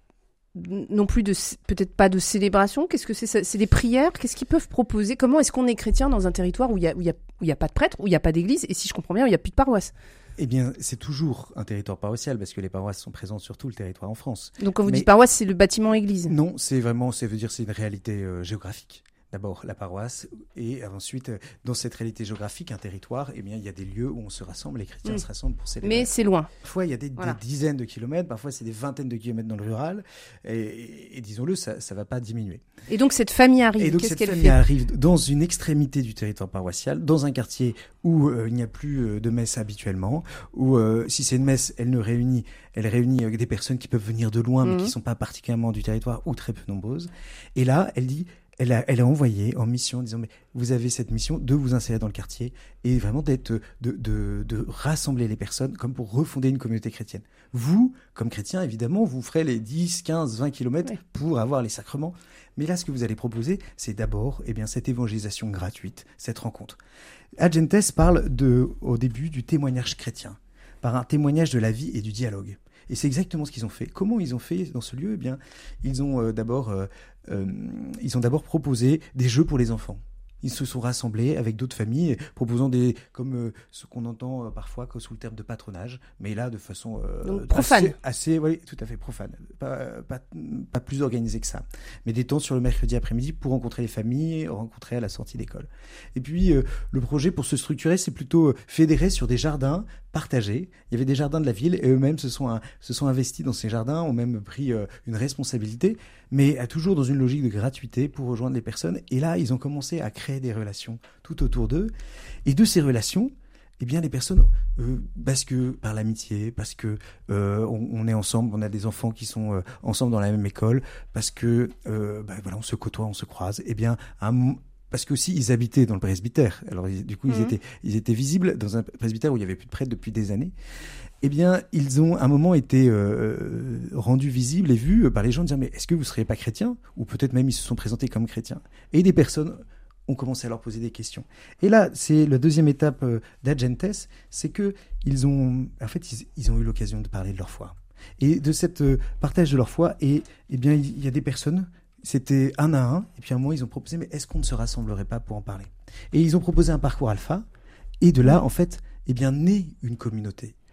non plus de peut-être pas de célébration. Qu'est-ce que c'est ? C'est des prières. Qu'est-ce qu'ils peuvent proposer ? Comment est-ce qu'on est chrétien dans un territoire où il y a où il y a où il y a pas de prêtre, où il y a pas d'église et si je comprends bien, où il y a plus de paroisse ? Eh bien, c'est toujours un territoire paroissial parce que les paroisses sont présentes sur tout le territoire en France. Donc quand vous Mais dites paroisse, c'est le bâtiment église ? Non, c'est vraiment, ça veut dire c'est une réalité euh, géographique. D'abord la paroisse et ensuite dans cette réalité géographique, un territoire, eh bien il y a des lieux où on se rassemble, les chrétiens mmh. se rassemblent pour célébrer. Mais c'est loin. Parfois il y a des, voilà. des dizaines de kilomètres, parfois c'est des vingtaines de kilomètres dans le rural et, et, et disons-le, ça ça va pas diminuer. Et donc cette famille arrive. Et donc Qu'est-ce cette qu'elle famille fait ? arrive dans une extrémité du territoire paroissial, dans un quartier où euh, il n'y a plus euh, de messe habituellement, où euh, si c'est une messe, elle ne réunit, elle réunit euh, des personnes qui peuvent venir de loin, mmh. mais qui sont pas particulièrement du territoire ou très peu nombreuses. Et là, elle dit Elle a, elle a envoyé en mission en disant mais vous avez cette mission de vous insérer dans le quartier et vraiment d'être de, de, de rassembler les personnes comme pour refonder une communauté chrétienne. Vous, comme chrétien, évidemment, vous ferez les dix, quinze, vingt kilomètres oui. pour avoir les sacrements. Mais là, ce que vous allez proposer, c'est d'abord eh bien, cette évangélisation gratuite, cette rencontre. Agentes parle de, au début du témoignage chrétien, par un témoignage de la vie et du dialogue. Et c'est exactement ce qu'ils ont fait. Comment ils ont fait dans ce lieu ? Eh bien, ils ont euh, d'abord, euh, euh, ils ont d'abord proposé des jeux pour les enfants. Ils se sont rassemblés avec d'autres familles, proposant des, comme euh, ce qu'on entend euh, parfois sous le terme de patronage, mais là de façon euh, Donc, profane. assez, assez, oui, tout à fait profane, pas, pas, pas plus organisé que ça. Mais des temps sur le mercredi après-midi pour rencontrer les familles, rencontrer à la sortie d'école. Et puis euh, le projet pour se structurer, c'est plutôt fédéré sur des jardins partagés. Il y avait des jardins de la ville et eux-mêmes se sont, un, se sont investis dans ces jardins, ont même pris euh, une responsabilité, mais à toujours dans une logique de gratuité pour rejoindre les personnes. Et là, ils ont commencé à créer des relations tout autour d'eux. Et de ces relations, eh bien, les personnes, euh, parce que par l'amitié, parce que euh, on, on est ensemble, on a des enfants qui sont euh, ensemble dans la même école, parce que euh, bah, voilà, on se côtoie, on se croise. Eh bien, un parce qu'aussi ils habitaient dans le presbytère. Alors du coup, mmh. ils étaient ils étaient visibles dans un presbytère où il y avait plus de prêtres depuis des années. Eh bien, ils ont à un moment été euh, rendus visibles et vus par les gens, dire mais est-ce que vous seriez pas chrétien ? Ou peut-être même ils se sont présentés comme chrétiens. Et des personnes ont commencé à leur poser des questions. Et là, c'est la deuxième étape euh, d'Agentes, c'est que ils ont en fait ils, ils ont eu l'occasion de parler de leur foi et de cette euh, partage de leur foi. Et eh bien, il y a des personnes. C'était un à un, et puis à un moment, ils ont proposé, mais est-ce qu'on ne se rassemblerait pas pour en parler ? Et ils ont proposé un parcours alpha, et de là, en fait, eh bien, naît une communauté.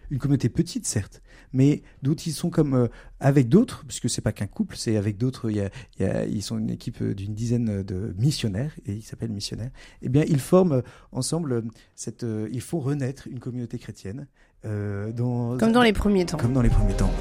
une communauté petite, certes, mais d'autres, ils sont comme euh, avec d'autres, puisque c'est pas qu'un couple, c'est avec d'autres, il y a, il y a, ils sont une équipe d'une dizaine de missionnaires, et ils s'appellent missionnaires, eh bien, ils forment ensemble, cette, euh, ils font renaître une communauté chrétienne. Euh, dans, comme dans les premiers temps. Comme dans les premiers temps.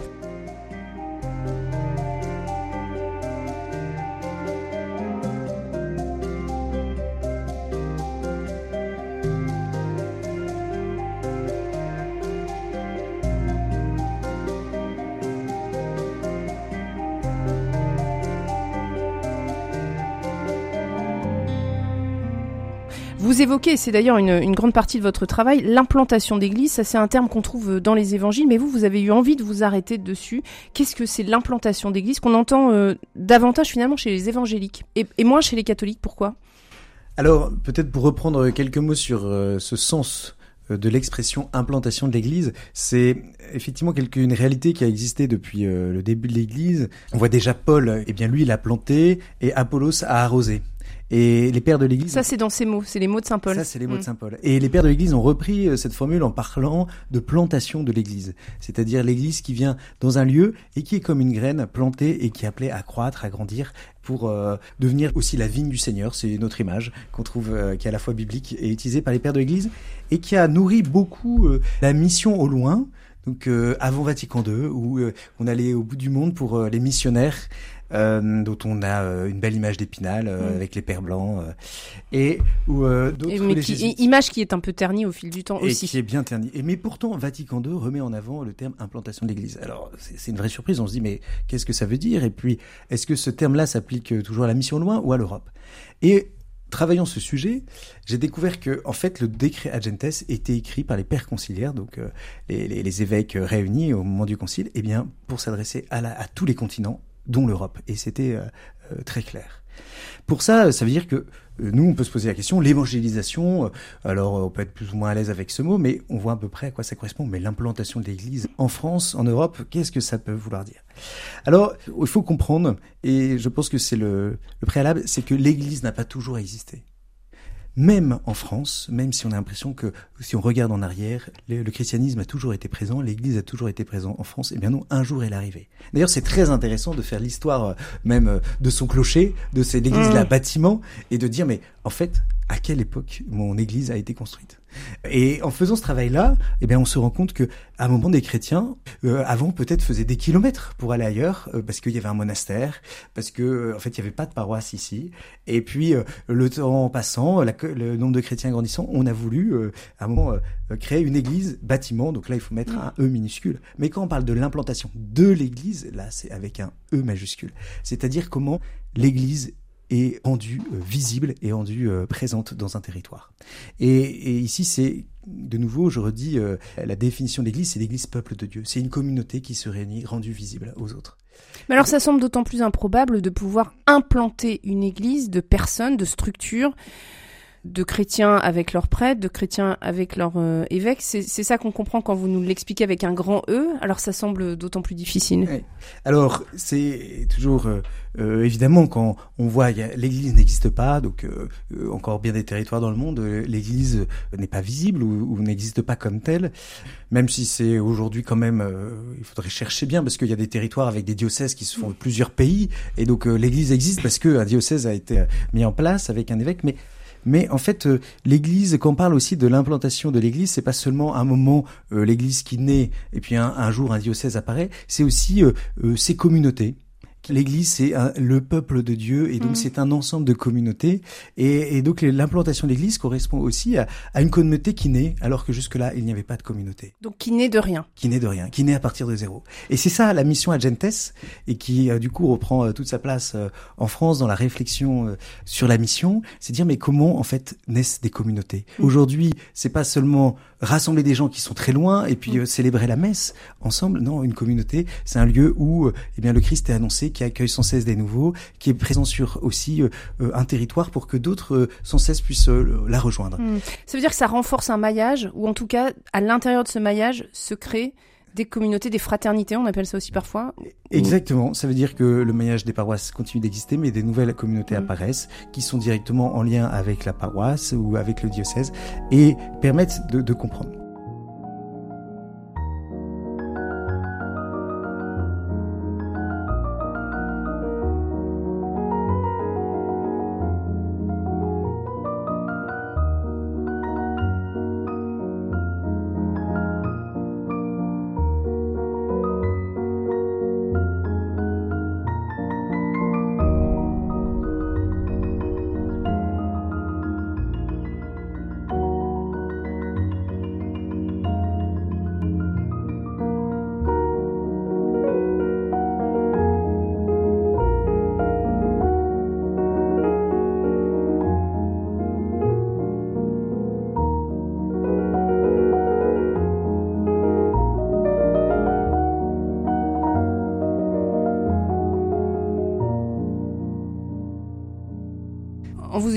Vous évoquez, et c'est d'ailleurs une, une grande partie de votre travail, l'implantation d'églises. Ça, c'est un terme qu'on trouve dans les évangiles, mais vous, vous avez eu envie de vous arrêter dessus. Qu'est-ce que c'est l'implantation d'églises qu'on entend euh, davantage finalement chez les évangéliques et, et moins chez les catholiques? Pourquoi? Alors, peut-être pour reprendre quelques mots sur euh, ce sens de l'expression implantation de l'Église, c'est effectivement quelque, une réalité qui a existé depuis euh, le début de l'Église. On voit déjà Paul, eh bien lui, il a planté et Apollos a arrosé. Et les pères de l'Église... Ça, c'est dans ces mots, c'est les mots de saint Paul. Ça, c'est les mots mmh. de saint Paul. Et les pères de l'Église ont repris euh, cette formule en parlant de plantation de l'Église. C'est-à-dire l'Église qui vient dans un lieu et qui est comme une graine plantée et qui est appelée à croître, à grandir pour euh, devenir aussi la vigne du Seigneur. C'est une autre image qu'on trouve, euh, qui est à la fois biblique et utilisée par les pères de l'Église et qui a nourri beaucoup euh, la mission au loin. Donc euh, avant Vatican deux, où euh, on allait au bout du monde pour euh, les missionnaires, euh, dont on a euh, une belle image d'Épinal euh, mmh. avec les pères blancs, euh, et où euh, d'autres et mais les qui, jésuites, image qui est un peu ternie au fil du temps et aussi. qui est bien ternie. Et mais pourtant Vatican deux remet en avant le terme implantation de l'Église. Alors c'est, c'est une vraie surprise. On se dit mais qu'est-ce que ça veut dire? Et puis est-ce que ce terme-là s'applique toujours à la mission loin ou à l'Europe? Et travaillant ce sujet, j'ai découvert que, en fait, le décret Agentes était écrit par les pères conciliaires, donc euh, les, les, les évêques réunis au moment du concile, eh bien, pour s'adresser à, la, à tous les continents, dont l'Europe. Et c'était euh, euh, très clair. Pour ça, ça veut dire que euh, nous, on peut se poser la question, l'évangélisation, euh, alors on peut être plus ou moins à l'aise avec ce mot, mais on voit à peu près à quoi ça correspond. Mais l'implantation de l'Église en France, en Europe, qu'est-ce que ça peut vouloir dire? Alors, il faut comprendre, et je pense que c'est le, le préalable, c'est que l'Église n'a pas toujours existé. Même en France, même si on a l'impression que, si on regarde en arrière, le, le christianisme a toujours été présent, l'Église a toujours été présente en France, eh bien non, un jour elle est arrivée. D'ailleurs, c'est très intéressant de faire l'histoire euh, même euh, de son clocher, de cette église-là, mmh. bâtiment, et de dire, mais en fait, à quelle époque mon église a été construite? Et en faisant ce travail-là, eh bien, on se rend compte que, à un moment, des chrétiens, euh, avant, peut-être, faisaient des kilomètres pour aller ailleurs, euh, parce qu'il y avait un monastère, parce que, euh, en fait, il n'y avait pas de paroisse ici. Et puis, euh, le temps passant, la, le nombre de chrétiens grandissant, on a voulu, euh, à un moment, euh, créer une église bâtiment. Donc là, il faut mettre un E minuscule. Mais quand on parle de l'implantation de l'église, là, c'est avec un E majuscule. C'est-à-dire comment l'église est rendue euh, visible et rendue euh, présente dans un territoire. Et, et ici, c'est, de nouveau, je redis, euh, la définition de l'Église, c'est l'Église peuple de Dieu. C'est une communauté qui se réunit, rendue visible aux autres. Mais alors, ça semble d'autant plus improbable de pouvoir implanter une Église de personnes, de structures, de chrétiens avec leurs prêtres, de chrétiens avec leurs euh, évêques. C'est, c'est ça qu'on comprend quand vous nous l'expliquez avec un grand E. Alors ça semble d'autant plus difficile. Oui. Alors c'est toujours euh, euh, évidemment quand on voit y a, l'Église n'existe pas, donc euh, euh, encore bien des territoires dans le monde, euh, l'Église euh, n'est pas visible ou, ou n'existe pas comme telle. Même si c'est aujourd'hui quand même, euh, il faudrait chercher bien parce qu'il y a des territoires avec des diocèses qui se font de plusieurs pays et donc euh, l'Église existe parce que un diocèse a été mis en place avec un évêque, mais Mais en fait, euh, l'Église, quand on parle aussi de l'implantation de l'Église, c'est pas seulement un moment euh, l'Église qui naît et puis un, un jour un diocèse apparaît, c'est aussi euh, euh, ces communautés. L'Église, c'est un, le peuple de Dieu et donc mmh. c'est un ensemble de communautés. Et, et donc l'implantation de l'Église correspond aussi à, à une communauté qui naît alors que jusque-là, il n'y avait pas de communauté. Donc qui naît de rien. Qui naît de rien, qui naît à partir de zéro. Et c'est ça la mission Agentes et qui euh, du coup reprend euh, toute sa place euh, en France dans la réflexion euh, sur la mission. C'est dire mais comment en fait naissent des communautés. Mmh. Aujourd'hui, c'est pas seulement rassembler des gens qui sont très loin et puis euh, célébrer la messe ensemble. Non, une communauté, c'est un lieu où euh, eh bien le Christ est annoncé, qui accueille sans cesse des nouveaux, qui est présent sur aussi euh, un territoire pour que d'autres euh, sans cesse puissent euh, la rejoindre. Mmh. Ça veut dire que ça renforce un maillage, ou en tout cas, à l'intérieur de ce maillage, se créent des communautés, des fraternités, on appelle ça aussi parfois. Exactement, ça veut dire que le maillage des paroisses continue d'exister, mais des nouvelles communautés mmh. apparaissent, qui sont directement en lien avec la paroisse ou avec le diocèse, et permettent de, de comprendre.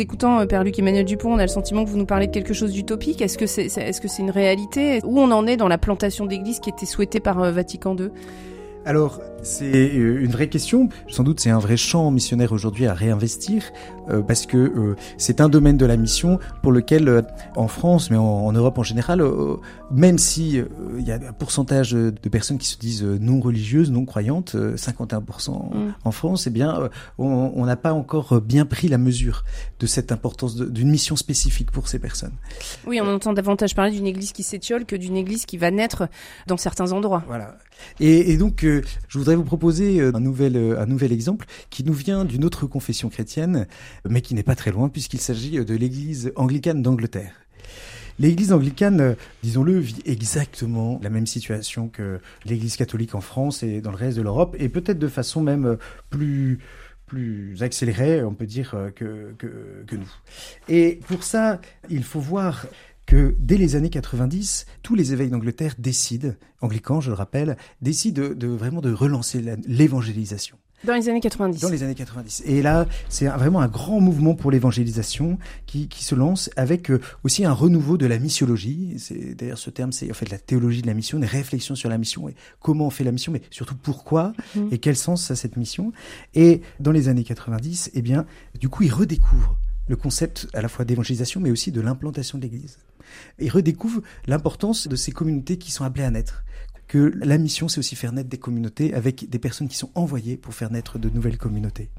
écoutant Père Luc Emmanuel Dupont, on a le sentiment que vous nous parlez de quelque chose d'utopique. Est-ce que c'est, c'est, est-ce que c'est une réalité ? Où on en est dans la plantation d'églises qui était souhaitée par euh, Vatican deux ? Alors, c'est une vraie question. Sans doute, c'est un vrai champ missionnaire aujourd'hui à réinvestir, euh, parce que euh, c'est un domaine de la mission pour lequel, euh, en France, mais en, en Europe en général, euh, même si il euh, y a un pourcentage de personnes qui se disent non religieuses, non croyantes, euh, cinquante et un pour cent mmh. en France, eh bien, euh, on n'a pas encore bien pris la mesure de cette importance de, d'une mission spécifique pour ces personnes. Oui, on entend davantage parler d'une église qui s'étiole que d'une église qui va naître dans certains endroits. Voilà. Et, et donc, euh, je voudrais vous proposer euh, un nouvel, euh, un nouvel exemple qui nous vient d'une autre confession chrétienne, mais qui n'est pas très loin puisqu'il s'agit de l'Église anglicane d'Angleterre. L'Église anglicane, euh, disons-le, vit exactement la même situation que l'Église catholique en France et dans le reste de l'Europe, et peut-être de façon même euh, plus plus accélérée, on peut dire, euh, que, que, que nous. Et pour ça, il faut voir que dès les années quatre-vingt-dix, tous les évêques d'Angleterre décident, anglicans je le rappelle, décident de, de vraiment de relancer la, l'évangélisation. Dans les années quatre-vingt-dix. Dans les années quatre-vingt-dix. Et là, c'est un, vraiment un grand mouvement pour l'évangélisation qui, qui se lance avec euh, aussi un renouveau de la missiologie. C'est, d'ailleurs, ce terme, c'est en fait la théologie de la mission, des réflexions sur la mission et comment on fait la mission, mais surtout pourquoi mmh. et quel sens a cette mission. Et dans les années quatre-vingt-dix, eh bien, du coup, ils redécouvrent le concept à la fois d'évangélisation, mais aussi de l'implantation de l'Église. Ils redécouvrent l'importance de ces communautés qui sont appelées à naître. Que la mission, c'est aussi faire naître des communautés avec des personnes qui sont envoyées pour faire naître de nouvelles communautés.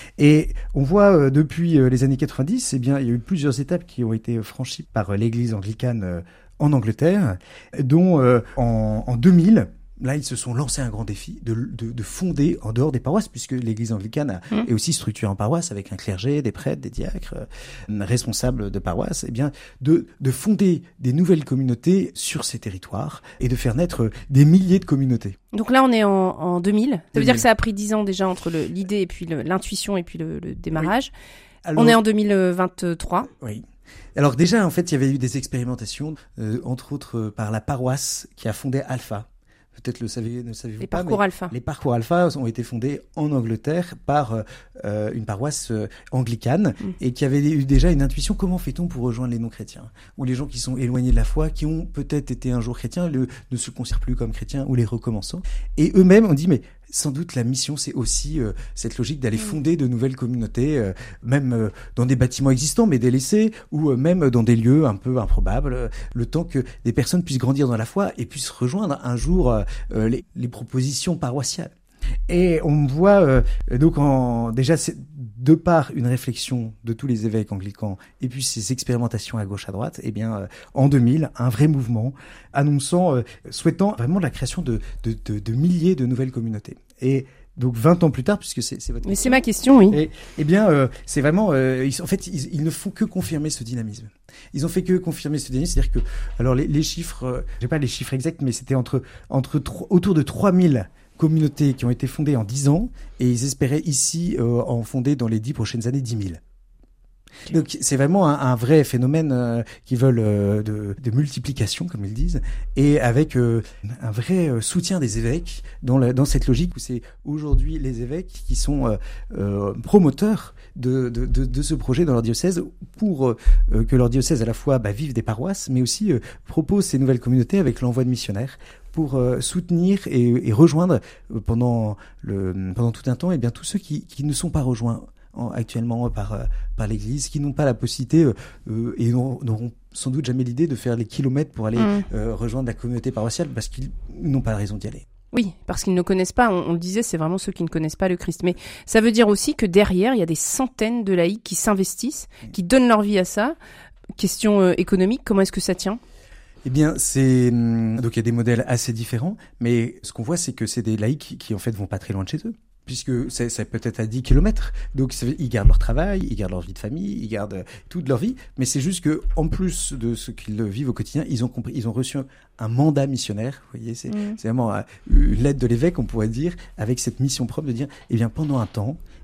Et on voit euh, depuis euh, les années quatre-vingt-dix, eh bien, il y a eu plusieurs étapes qui ont été franchies par euh, l'Église anglicane euh, en Angleterre, dont euh, en, en deux mille, là, ils se sont lancés un grand défi de, de, de fonder en dehors des paroisses, puisque l'Église anglicane a, mmh. est aussi structurée en paroisse avec un clergé, des prêtres, des diacres, euh, responsables de paroisse, eh bien, de, de fonder des nouvelles communautés sur ces territoires et de faire naître des milliers de communautés. Donc là, on est en, en deux mille. Ça veut deux mille. Dire que ça a pris dix ans déjà entre le, l'idée et puis le, l'intuition et puis le, le démarrage. Oui. Alors, on est en deux mille vingt-trois. Oui. Alors déjà, en fait, il y avait eu des expérimentations, euh, entre autres euh, par la paroisse qui a fondé Alpha. Peut-être le savez, ne savez-vous les pas, parcours mais alpha. Les parcours alpha ont été fondés en Angleterre par euh, une paroisse euh, anglicane mmh. et qui avait eu déjà une intuition. Comment fait-on pour rejoindre les non-chrétiens ou les gens qui sont éloignés de la foi, qui ont peut-être été un jour chrétiens, le, ne se considèrent plus comme chrétiens ou les recommençants. Et eux-mêmes ont dit mais sans doute la mission, c'est aussi euh, cette logique d'aller fonder de nouvelles communautés, euh, même euh, dans des bâtiments existants mais délaissés, ou euh, même dans des lieux un peu improbables, euh, le temps que des personnes puissent grandir dans la foi et puissent rejoindre un jour euh, les, les propositions paroissiales. Et on voit euh, donc en, déjà c'est, de par une réflexion de tous les évêques anglicans et puis ces expérimentations à gauche à droite, eh bien euh, en deux mille un vrai mouvement annonçant, euh, souhaitant vraiment la création de, de, de, de milliers de nouvelles communautés. Et donc vingt ans plus tard, puisque c'est, c'est votre question. Mais c'est ma question, oui. Et, eh bien, euh, c'est vraiment, euh, ils, en fait, ils, ils ne font que confirmer ce dynamisme. Ils ont fait que confirmer ce dynamisme, c'est-à-dire que, alors les, les chiffres, euh, j'ai pas les chiffres exacts, mais c'était entre entre trois, autour de trois mille communautés qui ont été fondées en dix ans, et ils espéraient ici euh, en fonder dans les dix prochaines années dix mille. Okay. Donc c'est vraiment un, un vrai phénomène euh, qui veulent euh, de, de multiplication, comme ils disent, et avec euh, un vrai euh, soutien des évêques dans, la, dans cette logique où c'est aujourd'hui les évêques qui sont euh, euh, promoteurs de, de, de, de ce projet dans leur diocèse pour euh, que leur diocèse à la fois bah, vive des paroisses, mais aussi euh, propose ces nouvelles communautés avec l'envoi de missionnaires pour euh, soutenir et, et rejoindre euh, pendant, le, pendant tout un temps eh bien, tous ceux qui, qui ne sont pas rejoints en, actuellement par, euh, par l'Église, qui n'ont pas la possibilité euh, et n'auront sans doute jamais l'idée de faire les kilomètres pour aller mmh. euh, rejoindre la communauté paroissiale parce qu'ils n'ont pas la raison d'y aller. Oui, parce qu'ils ne connaissent pas, on, on le disait, c'est vraiment ceux qui ne connaissent pas le Christ. Mais ça veut dire aussi que derrière, il y a des centaines de laïcs qui s'investissent, mmh. qui donnent leur vie à ça. Question euh, économique, comment est-ce que ça tient ? Eh bien, c'est donc il y a des modèles assez différents, mais ce qu'on voit, c'est que c'est des laïcs qui en fait vont pas très loin de chez eux, puisque c'est, c'est peut-être à dix kilomètres. Donc ils gardent leur travail, ils gardent leur vie de famille, ils gardent toute leur vie, mais c'est juste que en plus de ce qu'ils vivent au quotidien, ils ont compris, ils ont reçu un mandat missionnaire. Vous voyez, c'est, mmh. c'est vraiment une lettre de l'évêque, on pourrait dire, avec cette mission propre de dire, eh bien, pendant un temps,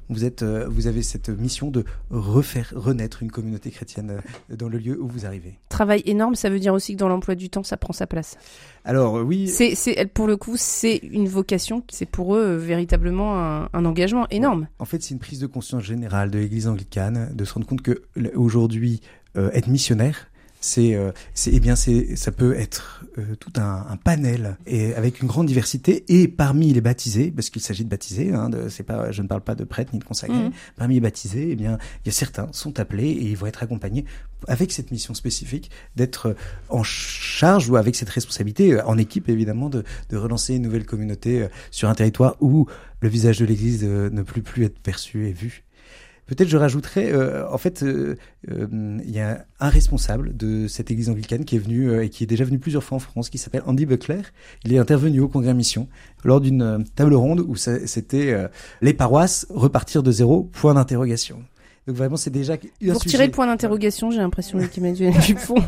vous êtes, euh, vous avez cette mission de refaire renaître une communauté chrétienne euh, dans le lieu où vous arrivez. Travail énorme, ça veut dire aussi que dans l'emploi du temps, ça prend sa place. Alors euh, oui. C'est, c'est, pour le coup, c'est une vocation, c'est pour eux euh, véritablement un, un engagement énorme. En fait, c'est une prise de conscience générale de l'Église anglicane de se rendre compte que aujourd'hui, euh, être missionnaire, c'est, euh, c'est, eh bien, c'est, ça peut être euh, tout un, un panel et avec une grande diversité. Et parmi les baptisés, parce qu'il s'agit de baptisés, hein, de, c'est pas, je ne parle pas de prêtres ni de consacrés. Mmh. Parmi les baptisés, eh bien, il y a certains sont appelés et ils vont être accompagnés avec cette mission spécifique d'être en charge ou avec cette responsabilité, en équipe évidemment, de, de relancer une nouvelle communauté sur un territoire où le visage de l'Église ne peut plus être perçu et vu. Peut-être je rajouterais, euh, en fait, euh, euh, il y a un responsable de cette église anglicane qui est venu euh, et qui est déjà venu plusieurs fois en France, qui s'appelle Andy Buckler. Il est intervenu au Congrès Mission lors d'une euh, table ronde où ça, c'était euh, les paroisses repartir de zéro, point d'interrogation. Donc vraiment, c'est déjà un Pour sujet... tirer le point d'interrogation, j'ai l'impression qu'il m'a dit du fond.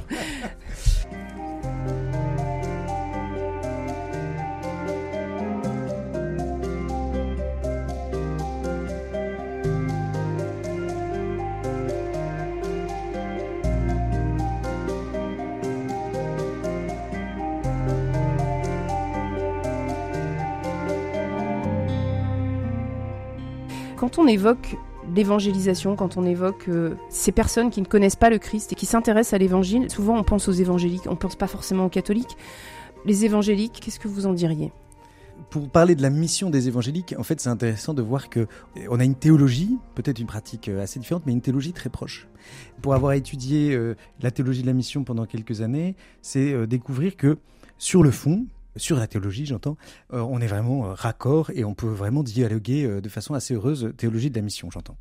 Quand on évoque l'évangélisation, quand on évoque euh, ces personnes qui ne connaissent pas le Christ et qui s'intéressent à l'évangile, souvent on pense aux évangéliques, on ne pense pas forcément aux catholiques. Les évangéliques, qu'est-ce que vous en diriez ? Pour parler de la mission des évangéliques, en fait, c'est intéressant de voir que on a une théologie, peut-être une pratique assez différente, mais une théologie très proche. Pour avoir étudié euh, la théologie de la mission pendant quelques années, c'est euh, découvrir que sur le fond, sur la théologie, j'entends, euh, on est vraiment euh, raccord et on peut vraiment dialoguer euh, de façon assez heureuse théologie de la mission, j'entends.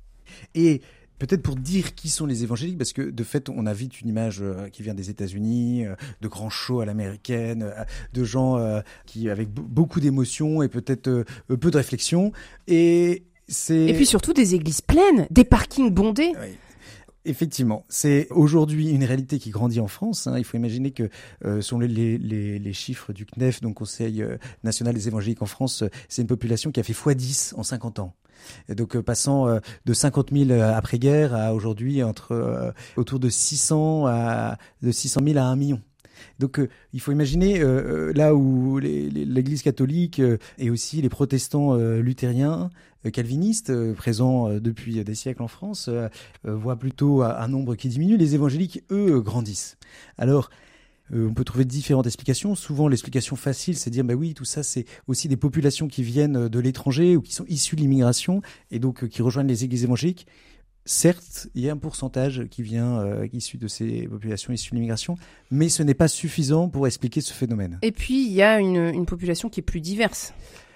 Et peut-être pour dire qui sont les évangéliques, parce que de fait, on a vite une image euh, qui vient des États-Unis, euh, de grands shows à l'américaine, euh, de gens euh, qui avec b- beaucoup d'émotions et peut-être euh, peu de réflexion. Et c'est. Et puis surtout des églises pleines, des parkings bondés. Oui. Effectivement, c'est aujourd'hui une réalité qui grandit en France. Hein. Il faut imaginer que euh, sont les, les, les chiffres du C N E F, donc Conseil national des évangéliques en France, c'est une population qui a fait fois dix en cinquante ans. Et donc euh, passant euh, de cinquante mille après-guerre à aujourd'hui entre euh, autour de six cents à de six cent mille à un million. Donc euh, il faut imaginer euh, là où les, les, l'Église catholique euh, et aussi les protestants euh, luthériens, euh, calvinistes, euh, présents euh, depuis des siècles en France, euh, euh, voient plutôt un nombre qui diminue. Les évangéliques, eux, euh, grandissent. Alors, Euh, on peut trouver différentes explications. Souvent, l'explication facile, c'est de dire, bah oui, tout ça, c'est aussi des populations qui viennent de l'étranger ou qui sont issues de l'immigration et donc euh, qui rejoignent les églises évangéliques. Certes, il y a un pourcentage qui vient euh, issu de ces populations issues de l'immigration, mais ce n'est pas suffisant pour expliquer ce phénomène. Et puis, il y a une, une population qui est plus diverse.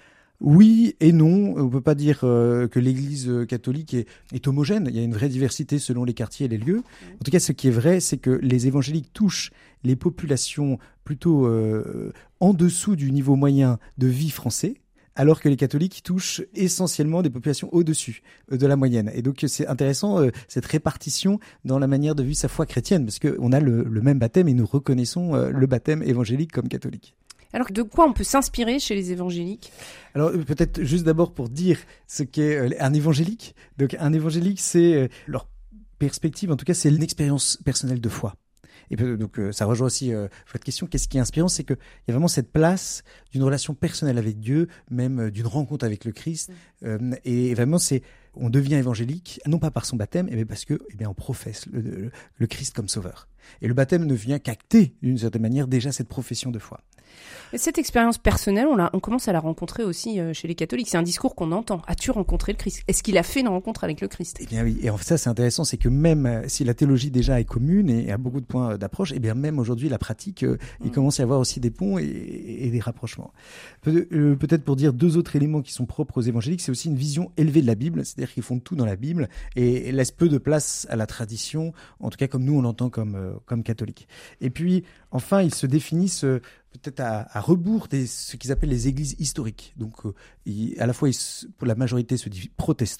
Oui et non. On ne peut pas dire euh, que l'Église catholique est, est homogène. Il y a une vraie diversité selon les quartiers et les lieux. En tout cas, ce qui est vrai, c'est que les évangéliques touchent les populations plutôt euh, en dessous du niveau moyen de vie français, alors que les catholiques touchent essentiellement des populations au-dessus de la moyenne. Et donc c'est intéressant, euh, cette répartition dans la manière de vivre sa foi chrétienne, parce qu'on a le, le même baptême et nous reconnaissons euh, le baptême évangélique comme catholique. Alors, de quoi on peut s'inspirer chez les évangéliques ? Alors, peut-être juste d'abord pour dire ce qu'est euh, un évangélique. Donc, un évangélique, c'est euh, leur perspective, en tout cas, c'est une expérience personnelle de foi. Et donc, euh, ça rejoint aussi euh, votre question. Qu'est-ce qui est inspirant ? C'est qu'il y a vraiment cette place d'une relation personnelle avec Dieu, même euh, d'une rencontre avec le Christ. Euh, et vraiment, c'est on devient évangélique, non pas par son baptême, mais parce que, eh bien, on professe le, le, le Christ comme sauveur. Et le baptême ne vient qu'acter, d'une certaine manière, déjà cette profession de foi. Et cette expérience personnelle, on, la, on commence à la rencontrer aussi euh, chez les catholiques. C'est un discours qu'on entend. As-tu rencontré le Christ ? Est-ce qu'il a fait une rencontre avec le Christ ? Eh bien oui, et en fait ça c'est intéressant, c'est que même si la théologie déjà est commune et a beaucoup de points d'approche, eh bien même aujourd'hui la pratique, euh, mmh. il commence à y avoir aussi des ponts et, et des rapprochements. Pe- euh, peut-être pour dire deux autres éléments qui sont propres aux évangéliques, c'est aussi une vision élevée de la Bible, c'est-à-dire qu'ils font tout dans la Bible et, et laissent peu de place à la tradition, en tout cas comme nous on l'entend comme, euh, comme catholiques. Et puis enfin ils se définissent euh, peut-être à, à rebours de ce qu'ils appellent les églises historiques. Donc, euh, ils, à la fois, ils, pour la majorité, se disent protestants,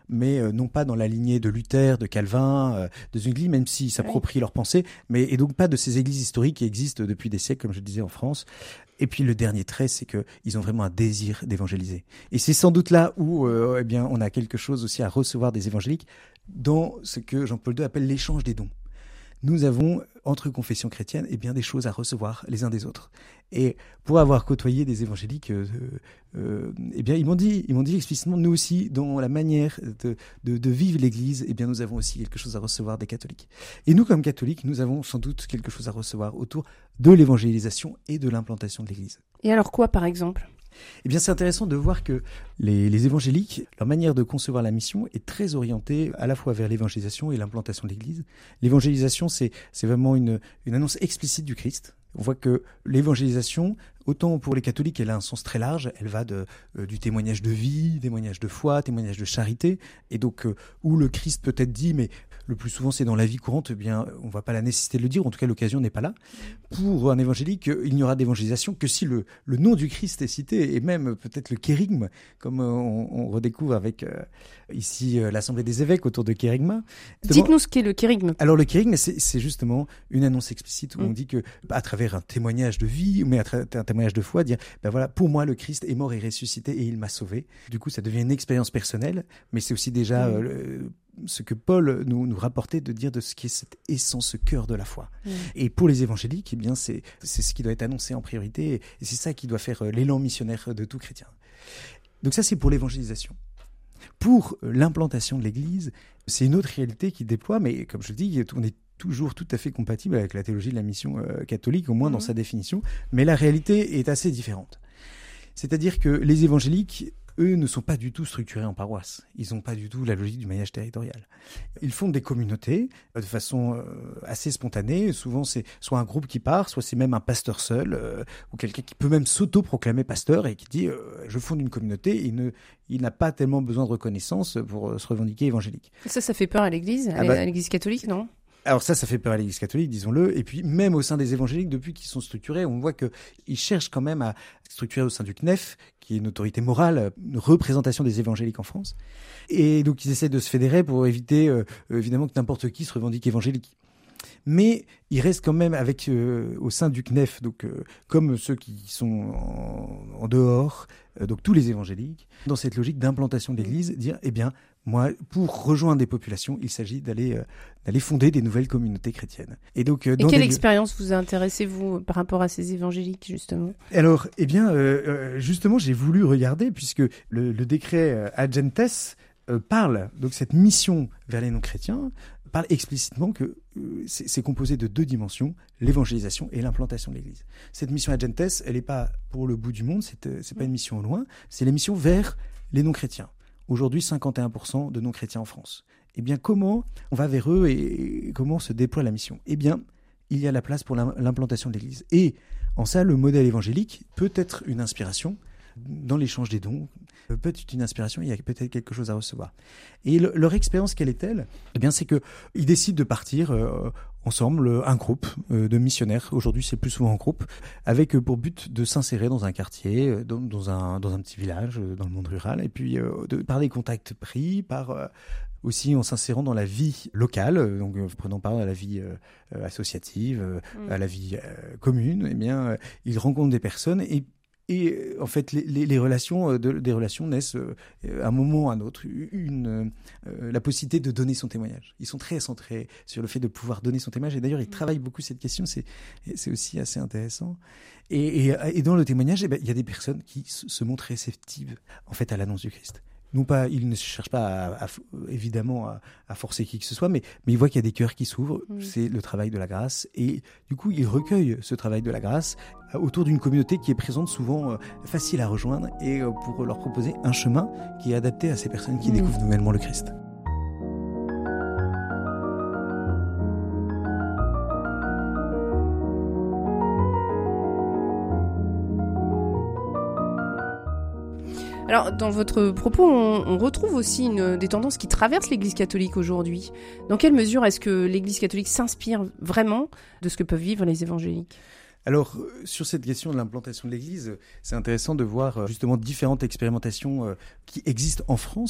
mais euh, non pas dans la lignée de Luther, de Calvin, euh, de Zwingli, même s'ils s'approprient oui. leurs pensées, mais et donc pas de ces églises historiques qui existent depuis des siècles, comme je le disais, en France. Et puis le dernier trait, c'est que ils ont vraiment un désir d'évangéliser. Et c'est sans doute là où, euh, eh bien, on a quelque chose aussi à recevoir des évangéliques dans ce que Jean-Paul deux appelle l'échange des dons. Nous avons, entre confessions chrétiennes, eh bien, des choses à recevoir les uns des autres. Et pour avoir côtoyé des évangéliques, euh, euh, eh bien, ils m'ont dit, ils m'ont dit explicitement, nous aussi, dans la manière de, de, de vivre l'Église, eh bien, nous avons aussi quelque chose à recevoir des catholiques. Et nous, comme catholiques, nous avons sans doute quelque chose à recevoir autour de l'évangélisation et de l'implantation de l'Église. Et alors quoi, par exemple ? Eh bien, c'est intéressant de voir que les, les évangéliques, leur manière de concevoir la mission est très orientée à la fois vers l'évangélisation et l'implantation de l'Église. L'évangélisation, c'est, c'est vraiment une, une annonce explicite du Christ. On voit que l'évangélisation, autant pour les catholiques, elle a un sens très large. Elle va de, euh, du témoignage de vie, témoignage de foi, témoignage de charité. Et donc, euh, où le Christ peut être dit, mais le plus souvent c'est dans la vie courante, eh bien, on ne voit pas la nécessité de le dire, en tout cas l'occasion n'est pas là. Pour un évangélique, il n'y aura d'évangélisation que si le, le nom du Christ est cité, et même peut-être le kérygme, comme on, on redécouvre avec euh, ici euh, l'Assemblée des évêques autour de kérygma. Dites-nous ce qu'est le kérygme. Alors le kérygme, c'est, c'est justement une annonce explicite où mmh. on dit que, à travers un témoignage de vie, mais à travers un témoignage de foi, dire, ben voilà, pour moi le Christ est mort et ressuscité et il m'a sauvé. Du coup, ça devient une expérience personnelle, mais c'est aussi déjà mmh. euh, ce que Paul nous, nous rapportait de dire de ce qui est cette essence, ce cœur de la foi. Mmh. Et pour les évangéliques, eh bien, c'est, c'est ce qui doit être annoncé en priorité, et c'est ça qui doit faire l'élan missionnaire de tout chrétien. Donc ça, c'est pour l'évangélisation. Pour l'implantation de l'Église, c'est une autre réalité qui déploie, mais comme je le dis, on est toujours tout à fait compatible avec la théologie de la mission euh, catholique, au moins mmh. dans sa définition, mais la réalité est assez différente. C'est-à-dire que les évangéliques, eux, ne sont pas du tout structurés en paroisse. Ils n'ont pas du tout la logique du maillage territorial. Ils fondent des communautés de façon euh, assez spontanée. Souvent, c'est soit un groupe qui part, soit c'est même un pasteur seul, euh, ou quelqu'un qui peut même s'auto-proclamer pasteur et qui dit euh, « je fonde une communauté ». Il, ne, il n'a pas tellement besoin de reconnaissance pour euh, se revendiquer évangélique. Ça, ça fait peur à l'Église, à, ah bah, à l'Église catholique, non ? Alors ça, ça fait peur à l'Église catholique, disons-le. Et puis, même au sein des évangéliques, depuis qu'ils sont structurés, on voit qu'ils cherchent quand même à structurer au sein du C N E F, qui est une autorité morale, une représentation des évangéliques en France. Et donc, ils essaient de se fédérer pour éviter, euh, évidemment, que n'importe qui se revendique évangélique. Mais il reste quand même avec euh, au sein du C N E F, donc euh, comme ceux qui sont en, en dehors, euh, donc tous les évangéliques, dans cette logique d'implantation de l'Église, dire eh bien moi pour rejoindre des populations, il s'agit d'aller euh, d'aller fonder des nouvelles communautés chrétiennes. Et donc euh, et dans quelle des... expérience vous intéressez vous par rapport à ces évangéliques justement ? Alors eh bien euh, justement j'ai voulu regarder puisque le, le décret euh, Agentes euh, parle donc cette mission vers les non-chrétiens parle explicitement que euh, c'est, c'est composé de deux dimensions, l'évangélisation et l'implantation de l'Église. Cette mission Agentes, elle n'est pas pour le bout du monde, c'est, euh, c'est pas une mission au loin, c'est la mission vers les non-chrétiens. Aujourd'hui, cinquante et un pour cent de non-chrétiens en France. Eh bien, comment on va vers eux et comment se déploie la mission ? Eh bien, il y a la place pour l'implantation de l'Église. Et en ça, le modèle évangélique peut être une inspiration dans l'échange des dons, peut-être une inspiration, il y a peut-être quelque chose à recevoir. Et le, leur expérience, quelle est-elle ? Eh bien, c'est qu'ils décident de partir euh, ensemble, un groupe euh, de missionnaires, aujourd'hui c'est plus souvent en groupe, avec euh, pour but de s'insérer dans un quartier, euh, dans, dans, un, dans un petit village, euh, dans le monde rural, et puis euh, de, par des contacts pris, par... Euh, aussi en s'insérant dans la vie locale, donc euh, prenant part à la vie euh, associative, euh, mmh. à la vie euh, commune, eh bien, euh, ils rencontrent des personnes et Et en fait, les, les, les relations, de, des relations naissent à un moment ou à un autre, une, euh, la possibilité de donner son témoignage. Ils sont très centrés sur le fait de pouvoir donner son témoignage. Et d'ailleurs, ils travaillent beaucoup cette question. C'est, c'est aussi assez intéressant. Et, et, et dans le témoignage, eh ben, il y a des personnes qui se montrent réceptives en fait à l'annonce du Christ. Non pas, ils ne cherchent pas à, à, évidemment à, à forcer qui que ce soit, mais, mais ils voient qu'il y a des cœurs qui s'ouvrent. Mmh. C'est le travail de la grâce. Et du coup, ils recueillent ce travail de la grâce autour d'une communauté qui est présente, souvent euh, facile à rejoindre, et euh, pour leur proposer un chemin qui est adapté à ces personnes qui mmh. découvrent nouvellement le Christ. Alors, dans votre propos, on, on retrouve aussi une, des tendances qui traversent l'Église catholique aujourd'hui. Dans quelle mesure est-ce que l'Église catholique s'inspire vraiment de ce que peuvent vivre les évangéliques ? Alors, sur cette question de l'implantation de l'Église, c'est intéressant de voir justement différentes expérimentations qui existent en France.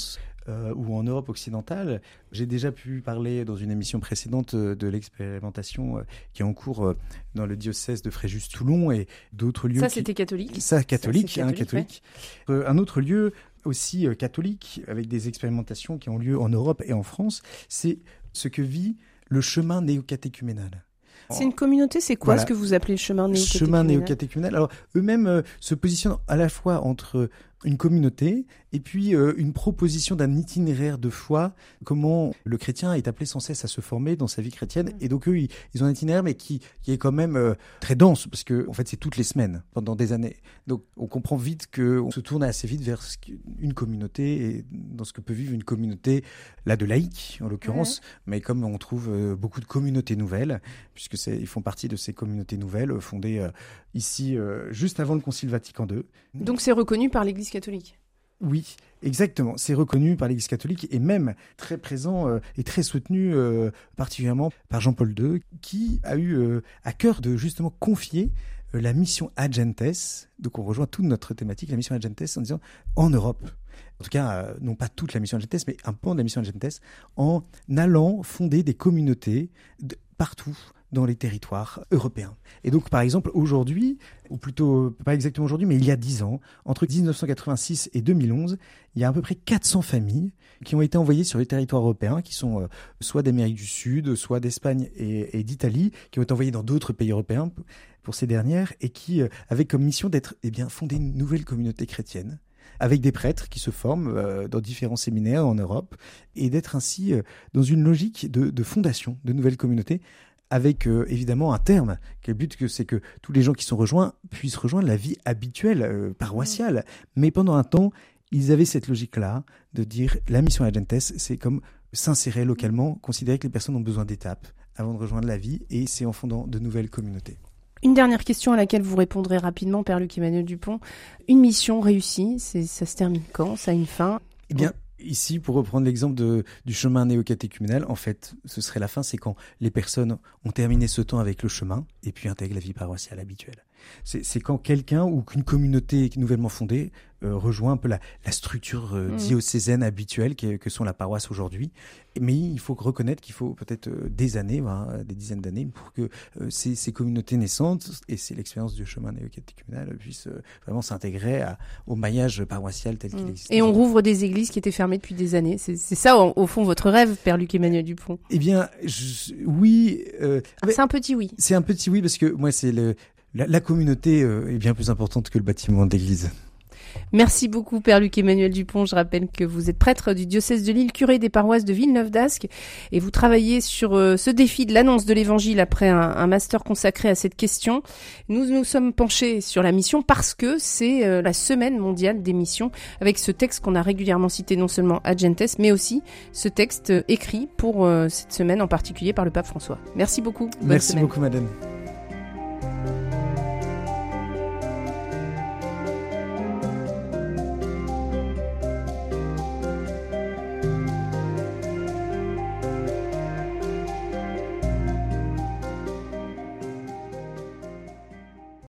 euh, ou en Europe occidentale. J'ai déjà pu parler dans une émission précédente euh, de l'expérimentation euh, qui est en cours euh, dans le diocèse de Fréjus-Toulon et d'autres lieux. Ça, qui... c'était catholique. Ça, catholique, Ça, hein, catholique. catholique. Ouais. Euh, un autre lieu aussi euh, catholique, avec des expérimentations qui ont lieu en Europe et en France, c'est ce que vit le chemin néocatéchuménal. C'est une communauté, c'est quoi Voilà. ce que vous appelez le chemin néocatéchuménal ? Chemin néocatéchuménal. Alors, eux-mêmes euh, se positionnent à la fois entre une communauté et puis euh, une proposition d'un itinéraire de foi, comment le chrétien est appelé sans cesse à se former dans sa vie chrétienne. Et donc, eux, ils, ils ont un itinéraire, mais qui, qui est quand même euh, très dense, parce que en fait, c'est toutes les semaines, pendant des années. Donc, on comprend vite qu'on se tourne assez vite vers une communauté, et dans ce que peut vivre une communauté, là, de laïcs, en l'occurrence, ouais. Mais comme on trouve euh, beaucoup de communautés nouvelles, puisque c'est, ils font partie de ces communautés nouvelles, euh, fondées euh, ici, euh, juste avant le Concile Vatican deux. Donc, c'est reconnu par l'Église catholique ? Oui, exactement. C'est reconnu par l'Église catholique et même très présent euh, et très soutenu euh, particulièrement par Jean-Paul deux, qui a eu euh, à cœur de justement confier euh, la mission Ad Gentes. Donc on rejoint toute notre thématique, la mission Ad Gentes, en disant en Europe. En tout cas, euh, non pas toute la mission Ad Gentes, mais un pan de la mission Ad Gentes, en allant fonder des communautés de, partout dans les territoires européens. Et donc, par exemple, aujourd'hui, ou plutôt, pas exactement aujourd'hui, mais il y a dix ans, entre dix-neuf cent quatre-vingt-six et deux mille onze, il y a à peu près quatre cents familles qui ont été envoyées sur les territoires européens, qui sont euh, soit d'Amérique du Sud, soit d'Espagne et, et d'Italie, qui ont été envoyées dans d'autres pays européens pour ces dernières, et qui euh, avaient comme mission d'être, eh bien, fonder une nouvelle communauté chrétienne, avec des prêtres qui se forment euh, dans différents séminaires en Europe, et d'être ainsi euh, dans une logique de, de fondation de nouvelles communautés, avec euh, évidemment un terme. Quel but que c'est que tous les gens qui sont rejoints puissent rejoindre la vie habituelle, euh, paroissiale. Mais pendant un temps, ils avaient cette logique-là de dire la mission Ad Gentes, c'est comme s'insérer localement, considérer que les personnes ont besoin d'étapes avant de rejoindre la vie, et c'est en fondant de nouvelles communautés. Une dernière question à laquelle vous répondrez rapidement, Père Luc Emmanuel Dupont. Une mission réussie, c'est, ça se termine quand ? Ça a une fin ? Eh bien, ici, pour reprendre l'exemple de, du chemin néocatéchuménal, en fait, ce serait la fin, c'est quand les personnes ont terminé ce temps avec le chemin et puis intègrent la vie paroissiale habituelle. C'est, c'est quand quelqu'un ou qu'une communauté nouvellement fondée euh, rejoint un peu la, la structure euh, mmh. diocésaine habituelle que, que sont la paroisse aujourd'hui. Mais il faut reconnaître qu'il faut peut-être euh, des années, hein, des dizaines d'années, pour que euh, ces, ces communautés naissantes, et c'est l'expérience du chemin néocatéchuménal, puissent euh, vraiment s'intégrer à, au maillage paroissial tel mmh. qu'il existe. Et on rouvre des églises qui étaient fermées depuis des années. C'est, c'est ça, au, au fond, votre rêve, Père Luc Emmanuel Dupont ? Eh bien, je, oui. Euh, ah, c'est un petit oui. C'est un petit oui, parce que moi, c'est le... La, la communauté euh, est bien plus importante que le bâtiment d'église. Merci beaucoup, Père Luc Emmanuel Dupont. Je rappelle que vous êtes prêtre du diocèse de Lille, curé des paroisses de Villeneuve-d'Ascq, et vous travaillez sur euh, ce défi de l'annonce de l'évangile après un, un master consacré à cette question. Nous nous sommes penchés sur la mission parce que c'est euh, la semaine mondiale des missions, avec ce texte qu'on a régulièrement cité, non seulement Ad Gentes, mais aussi ce texte euh, écrit pour euh, cette semaine en particulier par le pape François. Merci beaucoup. Bonne Merci semaine. beaucoup, madame.